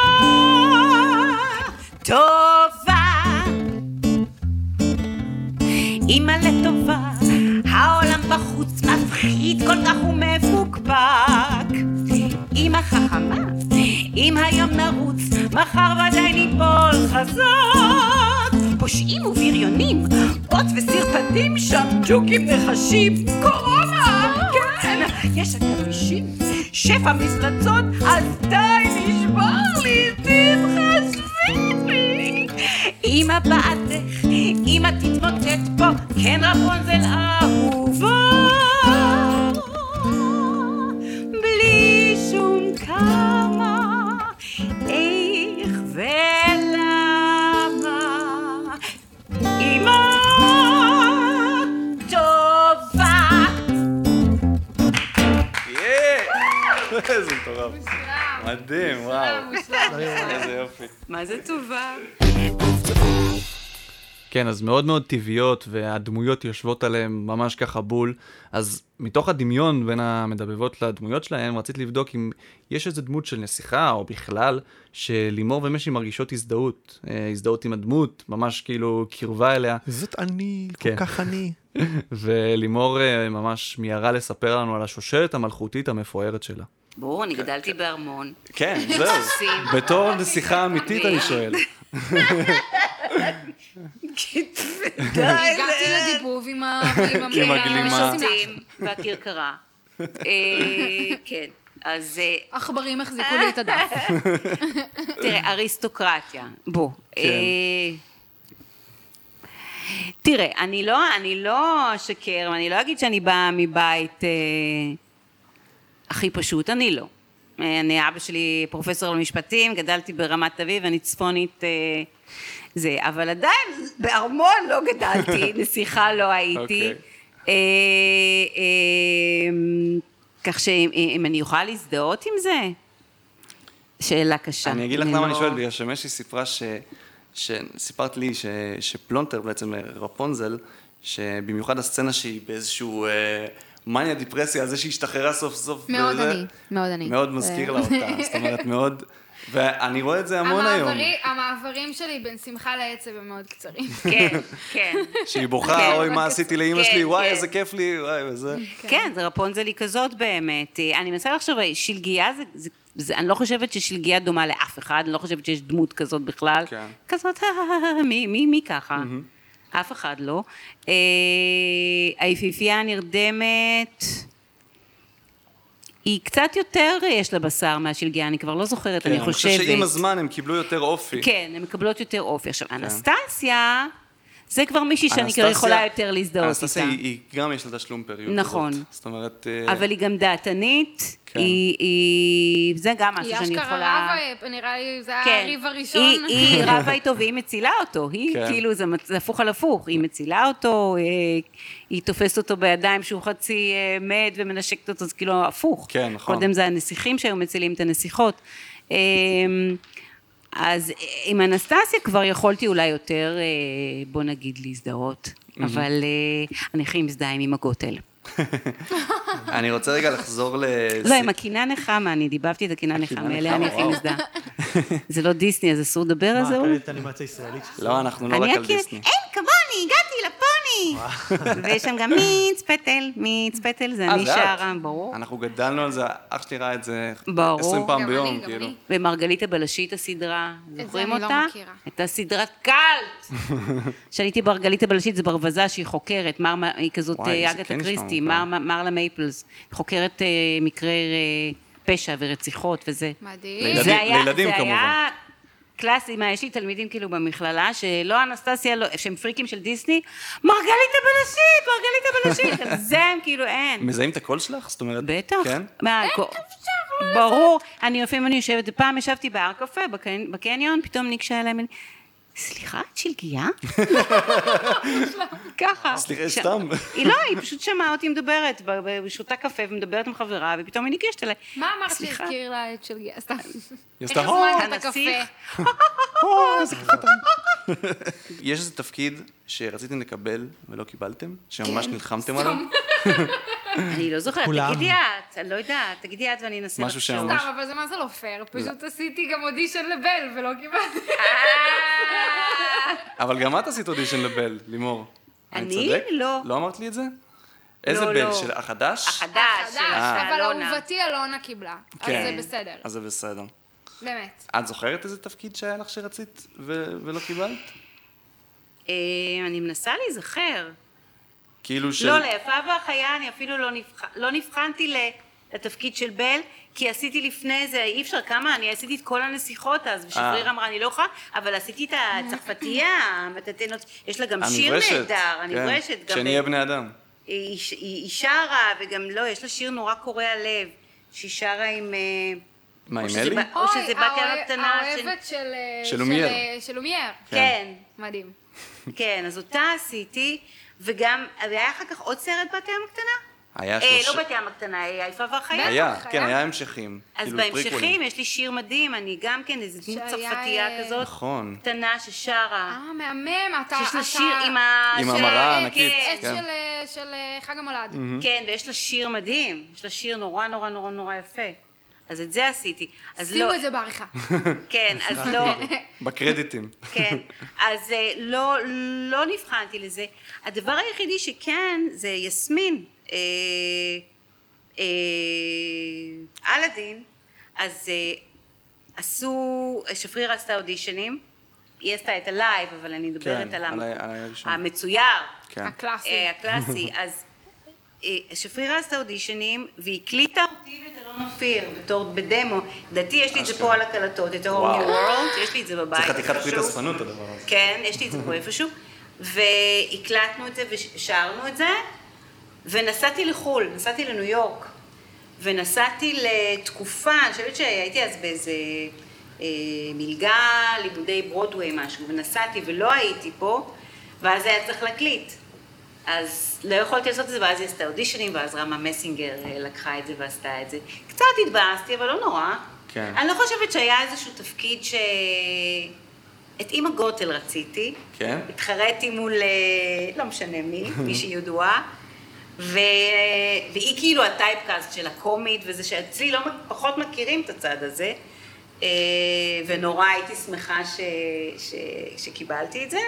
טובה. אמא לטובה, העולם בחוץ מפחיד כל כך ומפוקפק. אמא חכמה, אם היום נרוץ, מחר ודאי ניפול חזק. פושעים ובריונים, בוט וסרטטים, שם ג'וקים נחשים, קורונה, כן, יש הכבישים, שפע מפלצות, אז די נשבר לי, תתחשבי. אמא בעדך, אמא תתמוטט פה, כן רפונזל אהובה, בלי שום כמה, איך ולמה. אמא טובה. איזה מטורף. מדהים, וואו. איזה יופי. מה זה טובה? כן, אז מאוד מאוד טבעיות, והדמויות יושבות עליהן ממש ככה בול. אז מתוך הדמיון בין המדבבות לדמויות שלהם, רצית לבדוק אם יש איזו דמות של נסיכה, או בכלל, שלימור ומשי מרגישות הזדהות. הזדהות עם הדמות, ממש כאילו קרבה אליה. זאת אני, כן. כל כך אני. ולימור ממש מיהרה לספר לנו על השושלת המלכותית המפוארת שלה. בואו, אני גדלתי בארמון. כן, זהו. בתור נסיכה אמיתית אני שואל. די, הגעתי לדיבוב עם הגלימה. והכרכרה. כן, אז... עכברים החזיקו לי את הדף. תראה, אריסטוקרטיה, בוא. תראה, אני לא, אני לא אשקר, אני לא אגיד שאני באה מבית הכי פשוט, אני לא. אני, אבא שלי פרופסור למשפטים, גדלתי ברמת אביב, אני צפונית זה, אבל עדיין בארמון לא גדלתי, נסיכה לא הייתי. כך שאם אני יכולה להזדהות עם זה, שאלה קשה. אני אגיד לך למה אני שואל, בגלל שמשי סיפרה ש... שסיפרת לי ש... שפלונטר, בעצם רפונזל, שבמיוחד הסצנה שהיא באיזשהו מניה דיפרסיה, על זה שהיא השתחררה סוף סוף. מאוד וזה, אני, מאוד אני. מאוד מזכיר לה אותה, זאת אומרת מאוד, ואני רואה את זה המון היום. המעברים שלי בין שמחה לעצב הם מאוד קצרים. כן, כן. שהיא בוכה, אוי מה עשיתי לאמא שלי, וואי איזה כיף לי, וואי וזה. כן, זה רפונזל היא כזאת באמת. אני מנסה לחשוב, שלגיה זה... זה, אני לא חושבת ששלגיה דומה לאף אחד, אני לא חושבת שיש דמות כזאת בכלל. כן. כזאת, מי, מי, מי ככה? Mm-hmm. אף אחד לא. אה, היפיפייה הנרדמת, היא קצת יותר יש לה בשר מהשלגיה, אני כבר לא זוכרת, כן, אני חושבת. אני חושב שעם הזמן הם קיבלו יותר אופי. כן, הן מקבלות יותר אופי. עכשיו, כן. אנסטסיה, זה כבר מישהי שאני כבר יכולה יותר להזדהות איתה. אנסטסיה היא, היא גם יש לה תשלום פריות. נכון. כזאת. זאת אומרת... אבל היא גם דעתנית. כן. היא, היא, זה גם משהו שאני יכולה... היא אשכרה רבה, נראה לי, זה כן. הריב הראשון. היא, היא רבה איתו והיא מצילה אותו, היא כן. כאילו, זה, זה הפוך על הפוך, היא מצילה אותו, היא תופסת אותו בידיים שהוא חצי מת ומנשקת אותו, זה כאילו הפוך. כן, נכון. קודם זה הנסיכים שהיו מצילים את הנסיכות. אז עם אנסטסיה כבר יכולתי אולי יותר, בוא נגיד, להזדהות, אבל אני הכי מזדהה עם הגוטל. אני רוצה רגע לחזור ל... לא, עם הקינה נחמה, אני דיבבתי את הקינה נחמה, אליה אני הכי מזדהה. זה לא דיסני, אז אסור לדבר על זה? מה, הקלטת אנימציה ישראלית? לא, אנחנו לא רק על דיסני. אין כמוני, הגעתי לפוני! ויש שם גם מיץ פטל, מיץ פטל, זה אני שרה, ברור. אנחנו גדלנו על זה, אח שלי ראה את זה ברור. עשרים פעם גם ביום, אני, גם כאילו. אני. ומרגלית הבלשית הסדרה, זה זוכרים אני לא אותה? מכירה. הייתה סדרת קאלט! כשהייתי מרגלית הבלשית, זה ברווזה שהיא חוקרת, מר- היא כזאת וואי, זה אגתה כן נשמע קריסטי, מוכר. מר- מרלה מייפלס, חוקרת אה, מקרי אה, פשע ורציחות וזה. מדהים. לילדים- זה היה- לילדים זה כמובן. היה קלאסי, מה, יש לי תלמידים כאילו במכללה, שלא אנסטסיה, לא, שהם פריקים של דיסני, מרגלית הבלשית, מרגלית הבלשית, זה הם כאילו אין. מזהים את הקול שלך? זאת אומרת... בטח. כן? מה, ברור. אני לפעמים אני יושבת, פעם ישבתי בהר קפה, בקני- בקניון, פתאום ניגשה אליי, סליחה, את שלגיה? ככה. סליחה, ש- סתם. היא לא, היא פשוט שמעה אותי מדברת, ב- ב- בשותה קפה ומדברת עם חברה, ופתאום היא ניגשת אליי. מה אמרת סליחה. שהזכיר לה את של סתם? יש איך לך... הזמנת את הנסיך. הקפה? יש איזה תפקיד שרציתם לקבל ולא קיבלתם? שממש נלחמתם עליו? אני לא זוכרת, כולם. תגידי את, אני לא יודעת, תגידי את ואני אנסה משהו לחשוב. שממש- סתם, אבל זה מה זה לא פייר, פשוט עשיתי גם אודישן לבל ולא קיבלתי. אבל גם את עשית אודישן לבל, לימור. אני? צודק? לא. לא אמרת לי את זה? איזה לא, בל? לא. של החדש? החדש, חדש, של אבל אלונה. אהובתי אלונה קיבלה. אז כן. זה בסדר, אז זה בסדר. באמת. את זוכרת איזה תפקיד שהיה לך שרצית ו- ולא קיבלת? אה, אני מנסה להיזכר. כאילו של... לא, ליפה והחיה אני אפילו לא, נבח... לא נבחנתי ל- לתפקיד של בל, כי עשיתי לפני זה, אי אפשר כמה, אני עשיתי את כל הנסיכות אז, ושבריר אמרה, אני לא יכולה, אבל עשיתי את הצרפתייה, המטאטנות, יש לה גם שיר הנברשת. נהדר, כן. הנברשת. גם שנהיה ב- בני אדם. היא, היא, היא שרה, וגם לא, יש לה שיר נורא קורע לב, שהיא שרה עם... אה, מה, או עם שזה אלי? ב- או שזה בת ים האוה- הקטנה של... האוהבת של... של לומייר. של לומייר. כן, מדהים. כן, אז אותה עשיתי, וגם, והיה אחר כך עוד סרט בת ים הקטנה? היה אה, שלושה... לא בת ים הקטנה, היפה והחיה. היה, בטח, כן, היה. היה המשכים. אז כאילו בהמשכים פריקוולים. יש לי שיר מדהים, אני גם כן איזו דמות שהיה, צרפתייה אה, כזאת, נכון. קטנה ששרה, אה, מהמם, אתה... שיש לה אתה- שיר עם ה... עם של- המראה אה, הענקית, כן, עץ כן. של, אה, של אה, חג המולד. כן, ויש לה שיר מדהים, יש לה שיר נורא נורא נורא נורא יפה. אז את זה עשיתי. אז שימו לא, את זה בעריכה. כן, אז לא, בקרדיטים. כן, אז אה, לא, לא נבחנתי לזה. הדבר היחידי שכן זה יסמין, אה, אה, אלאדין, אז אה, עשו, שפריר עשתה אודישנים, היא עשתה את הלייב, אבל אני מדברת על המצויר, הקלאסי. הקלאסי, אז שפרירה עשתה אודישנים, והיא הקליטה אותי ואת אלון אופיר, בתור בדמו, לדעתי יש לי את זה פה על הקלטות, את ה-Whole New World, יש לי את זה בבית. זה חתיכת פריט אספנות הדבר הזה. כן, יש לי את זה פה איפשהו, והקלטנו את זה ושרנו את זה, ונסעתי לחול, נסעתי לניו יורק, ונסעתי לתקופה, אני חושבת שהייתי אז באיזה אה, מלגה, לימודי ברודווי משהו, ונסעתי ולא הייתי פה, ואז היה צריך להקליט. אז לא יכולתי לעשות את זה, ואז היא עשתה אודישנים, ואז רמה מסינגר לקחה את זה ועשתה את זה. קצת התבאסתי, אבל לא נורא. כן. אני לא חושבת שהיה איזשהו תפקיד ש... את אימא גוטל רציתי. כן. התחרתי מול, לא משנה מי, מישהי ידועה. ו... והיא כאילו הטייפקאסט של הקומית, וזה שאצלי לא פחות מכירים את הצד הזה. ונורא הייתי שמחה ש... ש... שקיבלתי את זה.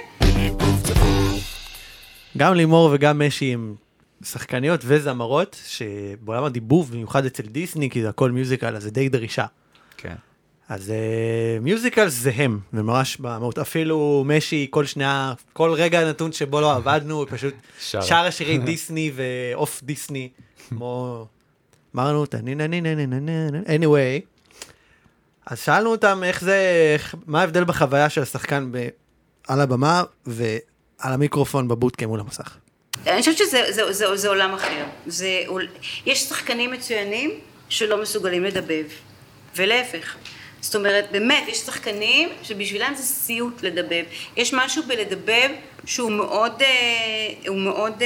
גם לימור וגם משי הם שחקניות וזמרות, שבעולם הדיבוב, במיוחד אצל דיסני, כי זה הכל מיוזיקל, אז זה די דרישה. כן. אז מיוזיקל זה הם, וממש במהות, אפילו משי, כל שנייה, כל רגע נתון שבו לא עבדנו, פשוט שר שירי דיסני ואוף דיסני, כמו, אמרנו אותה, נה נה נה נה נה נה, anyway, אז שאלנו אותם איך זה, מה ההבדל בחוויה של השחקן על הבמה, ו... על המיקרופון בבוטקאמפ מול המסך. אני חושבת שזה זה, זה, זה עולם אחר. זה, יש שחקנים מצוינים שלא מסוגלים לדבב, ולהפך. זאת אומרת, באמת, יש שחקנים שבשבילם זה סיוט לדבב. יש משהו בלדבב שהוא מאוד, הוא מאוד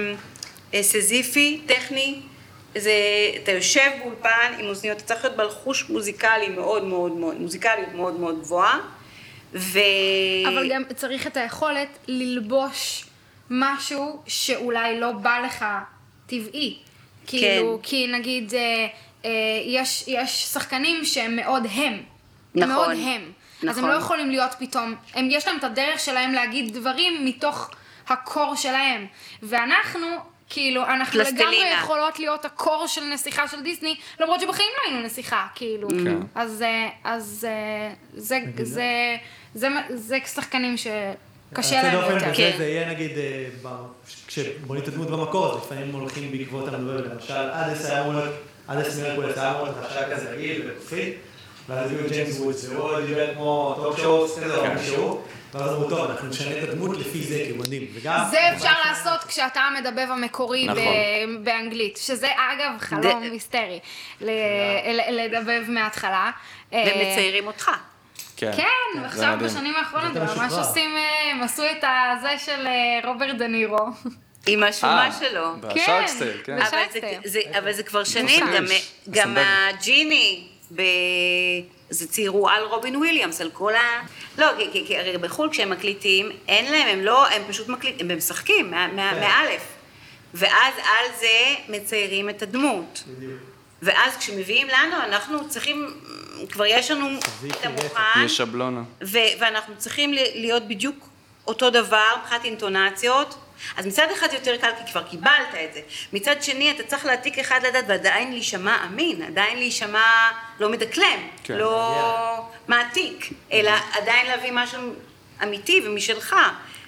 סזיפי, טכני. זה, אתה יושב באולפן עם אוזניות, אתה צריך להיות בלחוש מוזיקלי מאוד מאוד מאוד, מוזיקליות מאוד מאוד גבוהה. ו... אבל גם צריך את היכולת ללבוש משהו שאולי לא בא לך טבעי. כאילו, כי נגיד, אה, אה, יש, יש שחקנים שהם מאוד הם. נכון. מאוד הם. נכון. אז הם לא יכולים להיות פתאום, הם, יש להם את הדרך שלהם להגיד דברים מתוך הקור שלהם. ואנחנו... כאילו, אנחנו לגמרי יכולות להיות הקור של נסיכה של דיסני, למרות שבחיים לא היינו נסיכה, כאילו. אז אז זה זה זה זה שחקנים שקשה להם יותר. זה יהיה נגיד, כשבונים את הדמות במקור, אז לפעמים הולכים בעקבות המדבר, למשל, אדס היה אמור להיות, אדס מירקולס היה אמור להיות חשק כזה רגיל וקופית, ואז הביאו ג'יימס וודס, והוא דיבר כמו טוק שואוס כזה או משהו, ואז אמרו, טוב, אנחנו נשנה את הדמות לפי זה, כי הוא מדהים. זה אפשר לעשות כשאתה המדבב המקורי באנגלית, שזה אגב חלום מיסטרי, לדבב מההתחלה. ומציירים אותך. כן, ועכשיו בשנים האחרונות, ממש עושים, הם עשו את הזה של רוברט דנירו. עם השומה שלו. בשארקסטייל, כן. אבל זה כבר שנים, גם הג'יני, זה ציירו על רובין וויליאמס, על כל ה... לא, כי הרי בחול כשהם מקליטים, אין להם, הם לא, הם פשוט מקליטים, הם משחקים, מאלף. ואז על זה מציירים את הדמות. ואז כשמביאים לנו, אנחנו צריכים, כבר יש לנו את המוכן. יש שבלונה. ואנחנו צריכים להיות בדיוק אותו דבר, מבחינת אינטונציות. אז מצד אחד יותר קל, כי כבר קיבלת את זה. מצד שני, אתה צריך להעתיק אחד לדעת, ועדיין להישמע אמין, עדיין להישמע לא מדקלם, כן. לא yeah. מעתיק, אלא עדיין להביא משהו אמיתי ומשלך.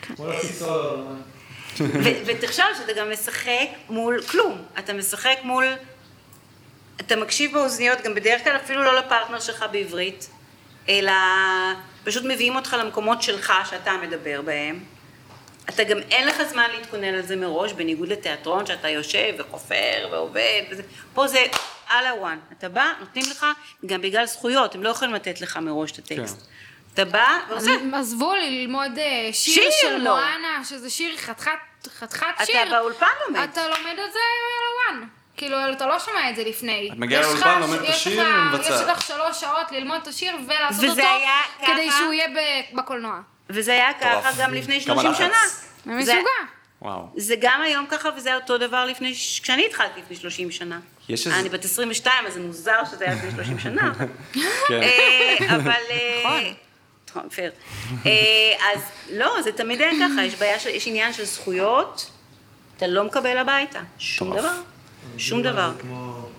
ותחשוב שאתה גם משחק מול כלום. אתה משחק מול... אתה מקשיב באוזניות, גם בדרך כלל אפילו לא לפרטנר שלך בעברית, אלא פשוט מביאים אותך למקומות שלך שאתה מדבר בהם. אתה גם אין לך זמן להתכונן על זה מראש, בניגוד לתיאטרון שאתה יושב וחופר ועובד וזה. פה זה על הוואן. אתה בא, נותנים לך, גם בגלל זכויות, הם לא יכולים לתת לך מראש את הטקסט. אתה בא ועושה. עזבו ללמוד שיר של מואנה, שזה שיר חתיכת שיר. אתה באולפן לומד. אתה לומד את זה על הוואן. כאילו, אתה לא שומע את זה לפני. את מגיעה לאולפן, לומד את השיר ומבצעת. יש לך שלוש שעות ללמוד את השיר ולעשות אותו, כדי שהוא יהיה בקולנוע. וזה היה ככה גם לפני שלושים שנה. זה משוגע. וואו. זה גם היום ככה, וזה אותו דבר לפני, כשאני התחלתי לפני שלושים שנה. אני בת עשרים ושתיים, אז זה מוזר שזה היה לפני שלושים שנה. אבל... נכון, פייר. אז לא, זה תמיד היה ככה, יש בעיה, יש עניין של זכויות, אתה לא מקבל הביתה. שום דבר. שום דבר.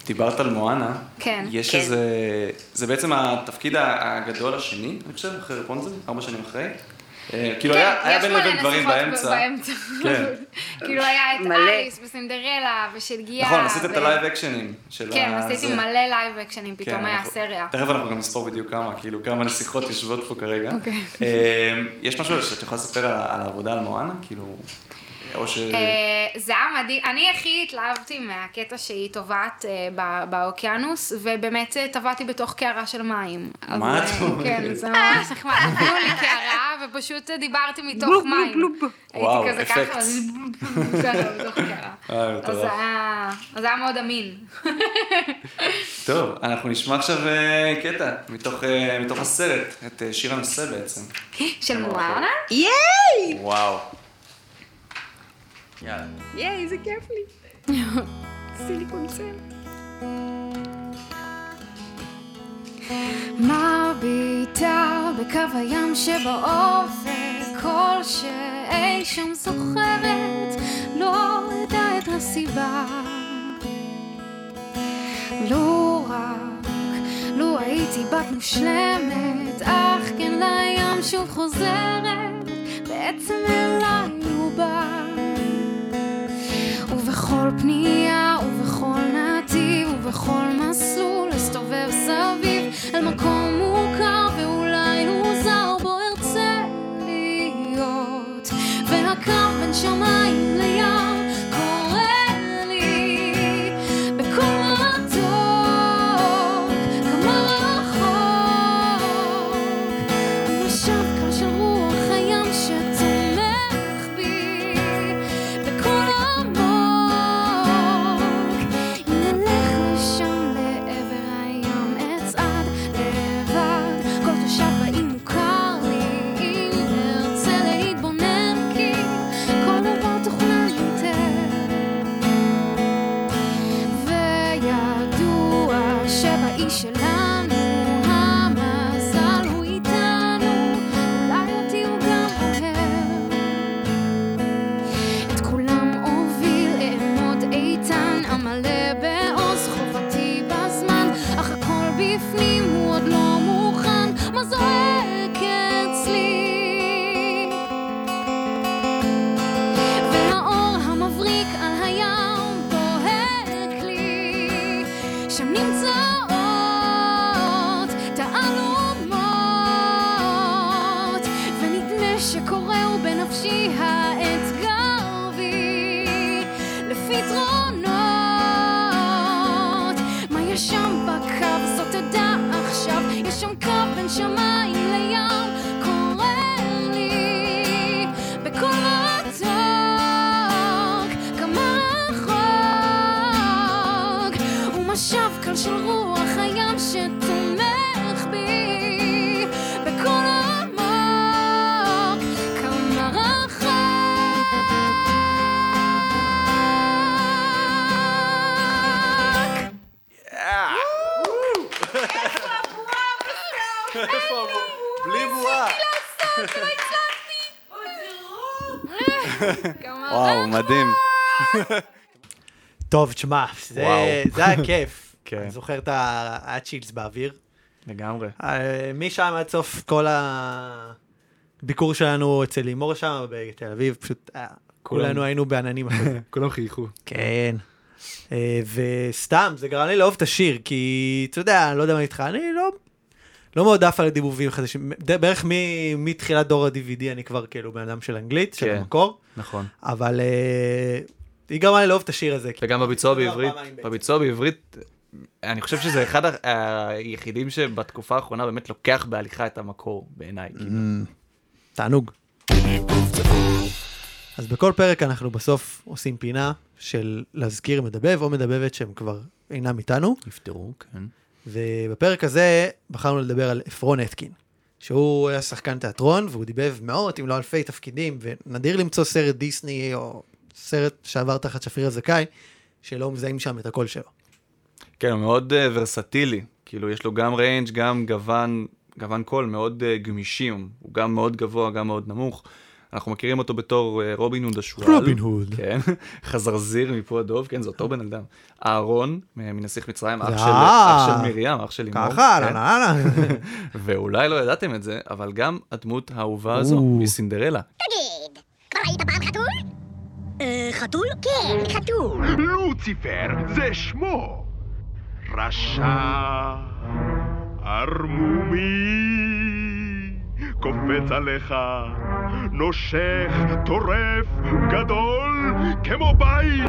דיברת על מואנה. כן. יש כן. איזה... זה בעצם התפקיד הגדול השני, אני חושב, אחרי רפונזל, ארבע שנים אחרי. אה, כאילו היה היה בין לבין דברים באמצע. כן. כאילו היה את מלא. אליס וסינדרלה ושלגיה. נכון, עשית את הלייב אקשנים של ה... כן, עשיתי זה. מלא לייב אקשנים, כן, פתאום היה אנחנו- סריה. תכף אנחנו גם נספור בדיוק כמה, כאילו כמה נסיכות יושבות פה כרגע. אוקיי. אה, יש משהו שאת יכולה לספר על ה- על העבודה על מואנה? כאילו... או ש... אה, זה היה מדהים, אני הכי התלהבתי מהקטע שהיא טובעת אה, ב- באוקיינוס, ובאמת אה, טבעתי בתוך קערה של מים. אז, מה אה, את אומרת? כן, זה ממש נחמד, נתנו לי קערה, ופשוט אה, דיברתי מתוך מים. וואו, הייתי כזה אפקט. ככה, אז ככה, בתוך קערה. אה, אז מטורף. זה היה- אז זה היה מאוד אמין. טוב, אנחנו נשמע עכשיו אה, קטע מתוך, אה, מתוך הסרט, את אה, שיר הנושא בעצם. של מואנה? ייי! וואו. יאללה. ייי, זה כיף לי. סיליקון סל. מביטה בקו הים שבאופק, כל שאי שם זוכרת, לא אדע את הסיבה. לא רק, לו הייתי בת מושלמת, אך כן לים שוב חוזרת, בעצם אליי הוא בא. ובכל פנייה ובכל נתיב ובכל מסלול אסתובב סביב אל מקום מוכר ואולי מוזר בו ארצה להיות, והקו בין שמיים לים קורא לי בקול מתוק כמה רחוק, ומשב קל של רוח הים שתומך בי בקול עמוק. אם נלך לשם לעבר הים אצעד לבד, כל תושב בעיר מוכר לי, אם ארצה להתבונן כי כל דבר תוכנן היטב, וידוע שבאי שלנו המזל הוא איתנו, אולי אותי הוא גם אוהב. את כולם אוביל אעמוד איתן, המלא בעוז חובתי בזמן, אך הכל בפנים הוא עוד לא מוכן, מה זועק אצלי? והאור המבריק על הים בוהק לי, שם נמצאות תעלומות, ונדמה שקורהו בנפשי האתגר בי לפתרונות. מה יש שם בקו זאת אדע עכשיו, יש שם קו בין שמיים לים קורא לי בקול מתוק כמה רחוק, ומשב קל של רוח הים שתומך בי בקול עמוק כמה רחוק. בלי בועה. כמה וואו, מדהים. טוב, תשמע, זה וואו. זה היה כיף. כן. אני זוכר את ה... היה צ'ילס באוויר. לגמרי. אה, משם עד סוף כל הביקור שלנו אצל לימור שם בתל אביב, פשוט אה, כולנו היינו בעננים אחרי זה. כולם חייכו. כן. אה, וסתם, זה גרם לי לאהוב את השיר, כי אתה יודע, אני לא יודע מה איתך, אני לא... לא מאוד עף על הדיבובים חדשים, ד- בערך מ- מתחילת דור ה-די וי די אני כבר כאילו בן אדם של אנגלית, של כן. המקור, נכון. אבל אה, היא גרמה לי לאהוב את השיר הזה. וגם בביצוע כאילו, בעברית, פעמיים בעצם. בביצוע בעברית, אני חושב שזה אחד ה- היחידים שבתקופה האחרונה באמת לוקח בהליכה את המקור בעיניי. כאילו. תענוג. אז בכל פרק אנחנו בסוף עושים פינה של להזכיר מדבב או מדבבת שהם כבר אינם איתנו, נפטרו, כן. ובפרק הזה בחרנו לדבר על אפרון אתקין, שהוא היה שחקן תיאטרון, והוא דיבב מאות אם לא אלפי תפקידים, ונדיר למצוא סרט דיסני או סרט שעבר תחת שפיר הזכאי, שלא מזהים שם את הקול שלו. כן, הוא מאוד uh, ורסטילי, כאילו יש לו גם ריינג', גם גוון, גוון קול מאוד uh, גמישים, הוא גם מאוד גבוה, גם מאוד נמוך, אנחנו מכירים אותו בתור רובין הוד השועל. רובין הוד. כן, חזרזיר מפה הדוב, כן, זה אותו בן אדם. אהרון, מנסיך מצרים, אח של, אה. אח של מרים, אח של לימור. ככה, כן. לא, לא, לא. ואולי לא ידעתם את זה, אבל גם הדמות האהובה הזו, או. מסינדרלה. תגיד, כבר היית פעם חתול? אה, חתול? כן, חתול. לוציפר, זה שמו. רשע, ערמומי, קופץ עליך, נושך, טורף, גדול, כמו בית.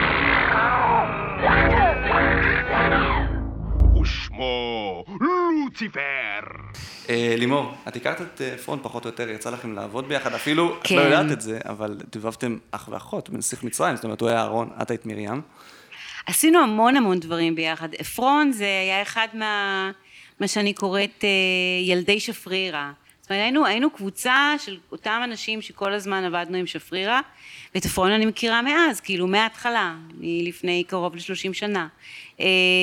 ושמו לוציפר. אה, לימור, את הכרת את אה, פרון פחות או יותר, יצא לכם לעבוד ביחד, אפילו, את כן. לא יודעת את זה, אבל דבבתם אח ואחות בנסיך מצרים, זאת אומרת, הוא היה אהרון, את היית מרים. עשינו המון המון דברים ביחד. אפרון זה היה אחד מה, מה שאני קוראת אה, ילדי שפרירה. זאת אומרת, היינו, היינו קבוצה של אותם אנשים שכל הזמן עבדנו עם שפרירה, ואת אפרון אני מכירה מאז, כאילו מההתחלה, מלפני קרוב ל-שלושים שנה. אה,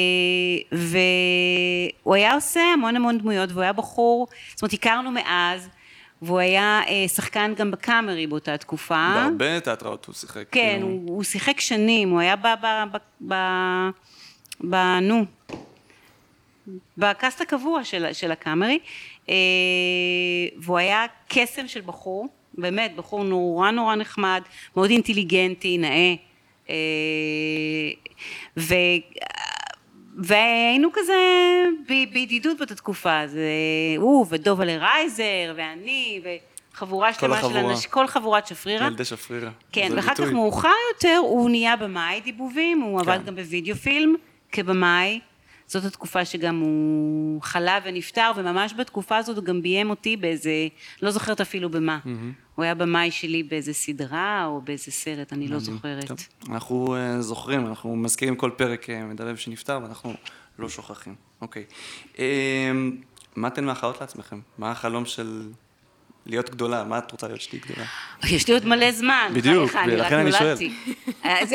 והוא היה עושה המון המון דמויות, והוא היה בחור, זאת אומרת, הכרנו מאז, והוא היה אה, שחקן גם בקאמרי באותה תקופה. בהרבה תיאטראות הוא שיחק. כן, כאילו. הוא, הוא שיחק שנים, הוא היה ב... ב... ב... ב... ב... נו, בקאסט הקבוע של, של הקאמרי, אה, והוא היה קסם של בחור, באמת, בחור נורא נורא נחמד, מאוד אינטליגנטי, נאה, אה, ו... והיינו כזה ב- בידידות באותה תקופה, זה הוא ודובלה רייזר ואני וחבורה שלמה של החבורה. אנשים, כל חבורת שפרירה. ילדי שפרירה. כן, זה ואחר כך ביטוי. מאוחר יותר הוא נהיה במאי דיבובים, הוא כן. עבד גם בווידאו פילם כבמאי, זאת התקופה שגם הוא חלה ונפטר, וממש בתקופה הזאת הוא גם ביים אותי באיזה, לא זוכרת אפילו במה, הוא היה במאי שלי באיזה סדרה או באיזה סרט, אני לא זוכרת. טוב, אנחנו uh, זוכרים, אנחנו מזכירים כל פרק uh, מדבב שנפטר, ואנחנו לא שוכחים. אוקיי. Um, מה אתן מאחלות לעצמכם? מה החלום של להיות גדולה? מה את רוצה להיות שתהיי גדולה? יש לי עוד מלא זמן. בדיוק, חייך, אני רק ולכן אני שואל. נולדתי. אז-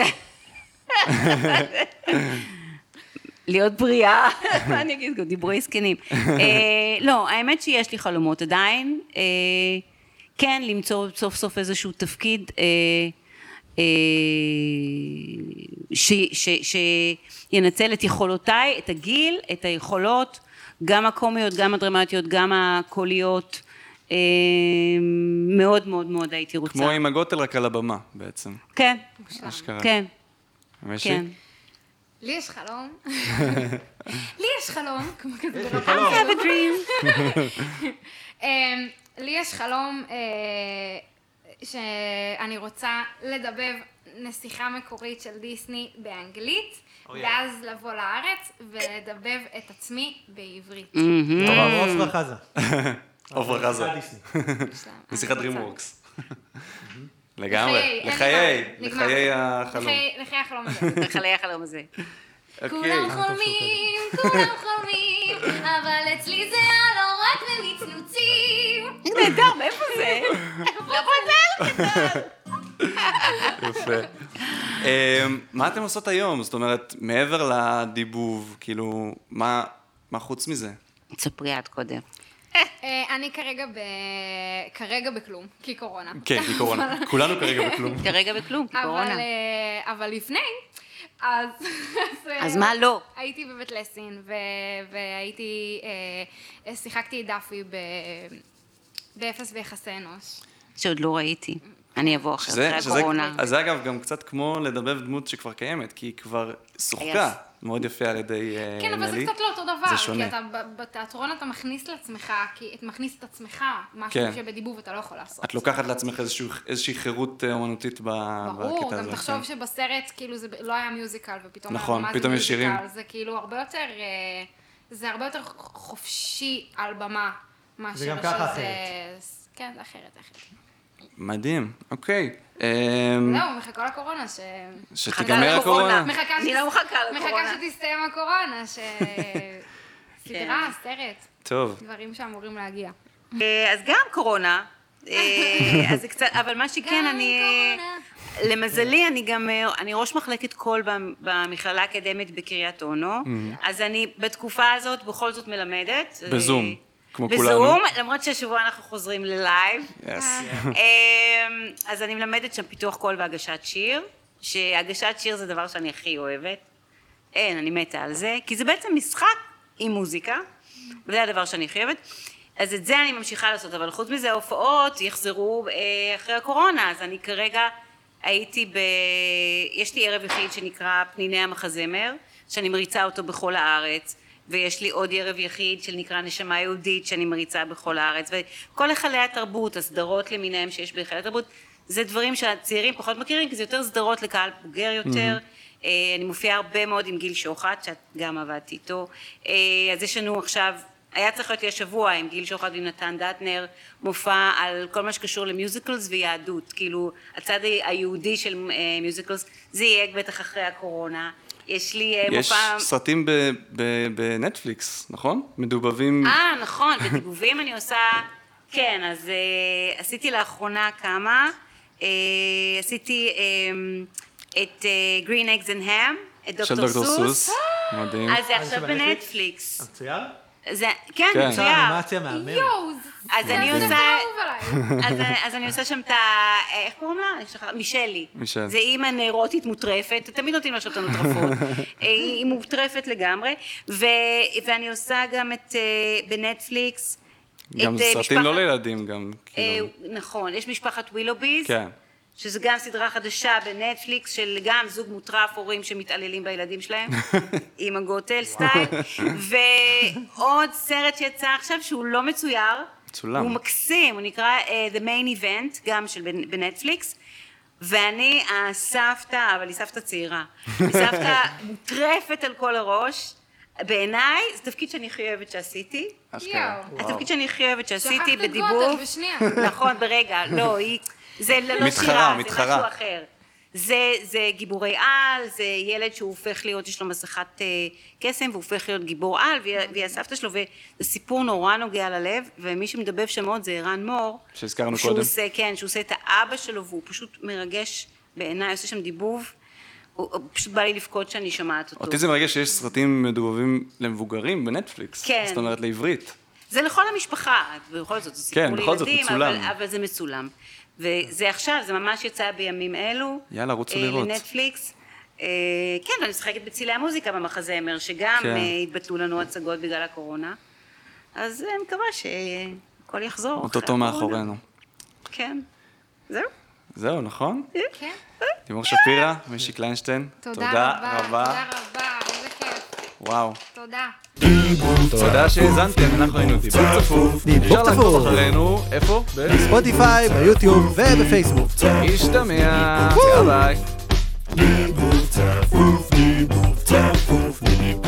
להיות בריאה, מה אני אגיד, גם דיבורי זקנים. אה, לא, האמת שיש לי חלומות עדיין, אה, כן, למצוא סוף סוף איזשהו תפקיד אה, אה, ש- ש- שינצל את יכולותיי, את הגיל, את היכולות, גם הקומיות, גם הדרמטיות, גם הקוליות, אה, מאוד מאוד מאוד הייתי רוצה. כמו עם הגוטל רק על הבמה בעצם. כן, אשכרה. כן, משי? כן. לי יש חלום. לי יש חלום, כמו כזה. I have a dream. אמ, לי יש חלום אה, שאני רוצה לדבב נסיכה מקורית של דיסני באנגלית, ואז לבוא לארץ ולדבב את עצמי בעברית. עופרה חזה. עופרה חזה. דיסני. נסיכת DreamWorks. לגמרי. לחיי, אין לי לחיי, מה, נגמר. לחיי החלום. לחיי- לחיי החלום הזה. חלי החלום הזה. אוקיי. כולם חולמים, כולם חולמים, אבל אצלי זה היה לא רק במצנוצים. נהדר, מאיפה זה? לא פותל. יפה. אמ, מה אתם עושות היום? זאת אומרת, מעבר לדיבוב, כאילו, מה מה חוץ מזה? תספרי את קודם. אה, אני כרגע ב... כרגע בכלום, כי קורונה. כן, כי קורונה. כולנו כרגע בכלום. כרגע בכלום, כי אבל, קורונה. אה, אבל לפני, אז... אז מה לא? הייתי בבית לסין, ו... והייתי... אה, שיחקתי את דאפי ב... באפס ויחסי אנוש. שעוד לא ראיתי. אני אבוא אחרי שזה- אחרי שזה- הקורונה. אז זה אגב גם קצת כמו לדבב דמות שכבר קיימת, כי היא כבר שוחקה מאוד יפה על ידי אה, כן, אבל זה נלי. קצת לא אותו דבר, זה כי שונה. אתה ב- בתיאטרון אתה מכניס לעצמך, כי אתה מכניס את עצמך, משהו כן. שבדיבוב אתה לא יכול לעשות. את לוקחת לעצמך איזשהו- איזושהי חירות אה, אומנותית ב- ברור, בקטע גם הזה. תחשוב כן. שבסרט כאילו זה לא היה מיוזיקל, ופתאום נכון, היה, מה פתאום זה יש שירים. מיוזיקל, זה כאילו הרבה יותר, אה, זה הרבה יותר חופשי על במה, מאשר גם ככה שזה- אחרת. כן, זה אחרת, אחרת. מדהים, אוקיי. אמ, זהו, מחכה לקורונה, ש... שתיגמר הקורונה. מחכה אני שת- לא מחכה לקורונה. מחכה שתסתיים הקורונה, ש... סדרה, סרט, טוב. דברים שאמורים להגיע. אה, אז גם קורונה. אה, אז זה קצת, אבל מה שכן, אני... למזלי, אני גם, אה, אני ראש מחלקת קול במ- במכללה האקדמית בקריית אונו, אז אני בתקופה הזאת בכל זאת מלמדת. בזום. אה, כמו כולנו. בזום, למרות שהשבוע אנחנו חוזרים ללייב. Yes. אז אני מלמדת שם פיתוח קול והגשת שיר, שהגשת שיר זה דבר שאני הכי אוהבת. אין, אני מתה על זה, כי זה בעצם משחק עם מוזיקה, וזה הדבר שאני הכי אוהבת. אז את זה אני ממשיכה לעשות, אבל חוץ מזה ההופעות יחזרו אחרי הקורונה, אז אני כרגע הייתי ב... יש לי ערב יחיד שנקרא פניני המחזמר, שאני מריצה אותו בכל הארץ, ויש לי עוד ערב יחיד שנקרא נשמה יהודית, שאני מריצה בכל הארץ, וכל היכלי התרבות, הסדרות למיניהם שיש בהיכלי התרבות, זה דברים שהצעירים פחות מכירים, כי זה יותר סדרות לקהל בוגר יותר, mm-hmm. אני מופיעה הרבה מאוד עם גיל שוחט, שאת גם עבדתי איתו, אז יש לנו עכשיו, היה צריך להיות לי השבוע עם גיל שוחט ועם נתן דטנר, מופע על כל מה שקשור למיוזיקלס ויהדות, כאילו הצד היהודי של מיוזיקלס, זה יהיה בטח אחרי הקורונה, יש לי מופע... יש סרטים בנטפליקס, נכון? מדובבים... אה, נכון, בדיבובים אני עושה... כן, אז uh, עשיתי לאחרונה כמה, uh, עשיתי um, את uh, Green Eggs and Ham, את דוקטור סוס. של דוקטור סוס, מדהים. אז זה עכשיו בנטפליקס. מצויר? זה, כן, כן. מצויר. אנימציה מהממת. יואו, אז זה אני זה עושה, אהוב עליי. אז, אז אני עושה שם את ה... איך קוראים לה? אני שכחת, מישלי. מישל. זה אימא נרוטית מוטרפת, תמיד נותנים לה שוטנות רפות. היא מוטרפת לגמרי, ו, ואני עושה גם את, uh, בנטפליקס, גם סרטים משפחת... לא לילדים גם. כאילו... נכון, יש משפחת ווילוביז, כן. שזה גם סדרה חדשה בנטפליקס של גם זוג מוטרף הורים שמתעללים בילדים שלהם, עם הגוטל סטייל, ועוד סרט שיצא עכשיו שהוא לא מצויר, מצולם. הוא מקסים, הוא נקרא uh, The Main Event, גם של בנטפליקס, ואני הסבתא, אבל היא סבתא צעירה, היא סבתא מוטרפת על כל הראש, בעיניי זה תפקיד שאני חייבת שעשיתי, התפקיד שאני חייבת שעשיתי בדיבוב, שכחת גוטל בשנייה. נכון, ברגע, לא, היא, זה לא שירה, זה משהו אחר, זה, זה גיבורי על, זה ילד שהוא הופך להיות, יש לו מסכת קסם, והוא הופך להיות גיבור על, והיא הסבתא שלו, וזה סיפור נורא נוגע ללב, ומי שמדבב שם מאוד זה ערן מור, שהזכרנו קודם, עושה, כן, שהוא עושה את האבא שלו, והוא פשוט מרגש בעיניי, עושה שם דיבוב, הוא פשוט בא לי לפקוד שאני שומעת אותו. אותי זה מרגש שיש סרטים מדובבים למבוגרים בנטפליקס, כן. זאת אומרת לעברית. זה לכל המשפחה, בכל זאת, זה סיפור כן, בכל זאת, לילדים, מצולם. אבל, אבל זה מצולם. וזה עכשיו, זה ממש יצא בימים אלו. יאללה, רוצו אה, לראות. לנטפליקס. אה, כן, ואני משחקת בצילי המוזיקה במחזמר, שגם כן. אה, התבטלו לנו הצגות בגלל הקורונה. אז אני מקווה שהכל יחזור. אותו מאחורינו. כן. זהו. זהו, נכון? כן. לימור שפירא, מישי קליינשטיין. תודה רבה. תודה רבה, איזה כיף. וואו. תודה. תודה שהאזנתם, אנחנו היינו דיבור צפוף. דיבור אפשר לעקוב צפוף. אחרינו, איפה? בספוטיפיי, ביוטיוב ובפייסבוק. השתמע, ביי ביי. דיבור צפוף, דיבור צפוף, דיבור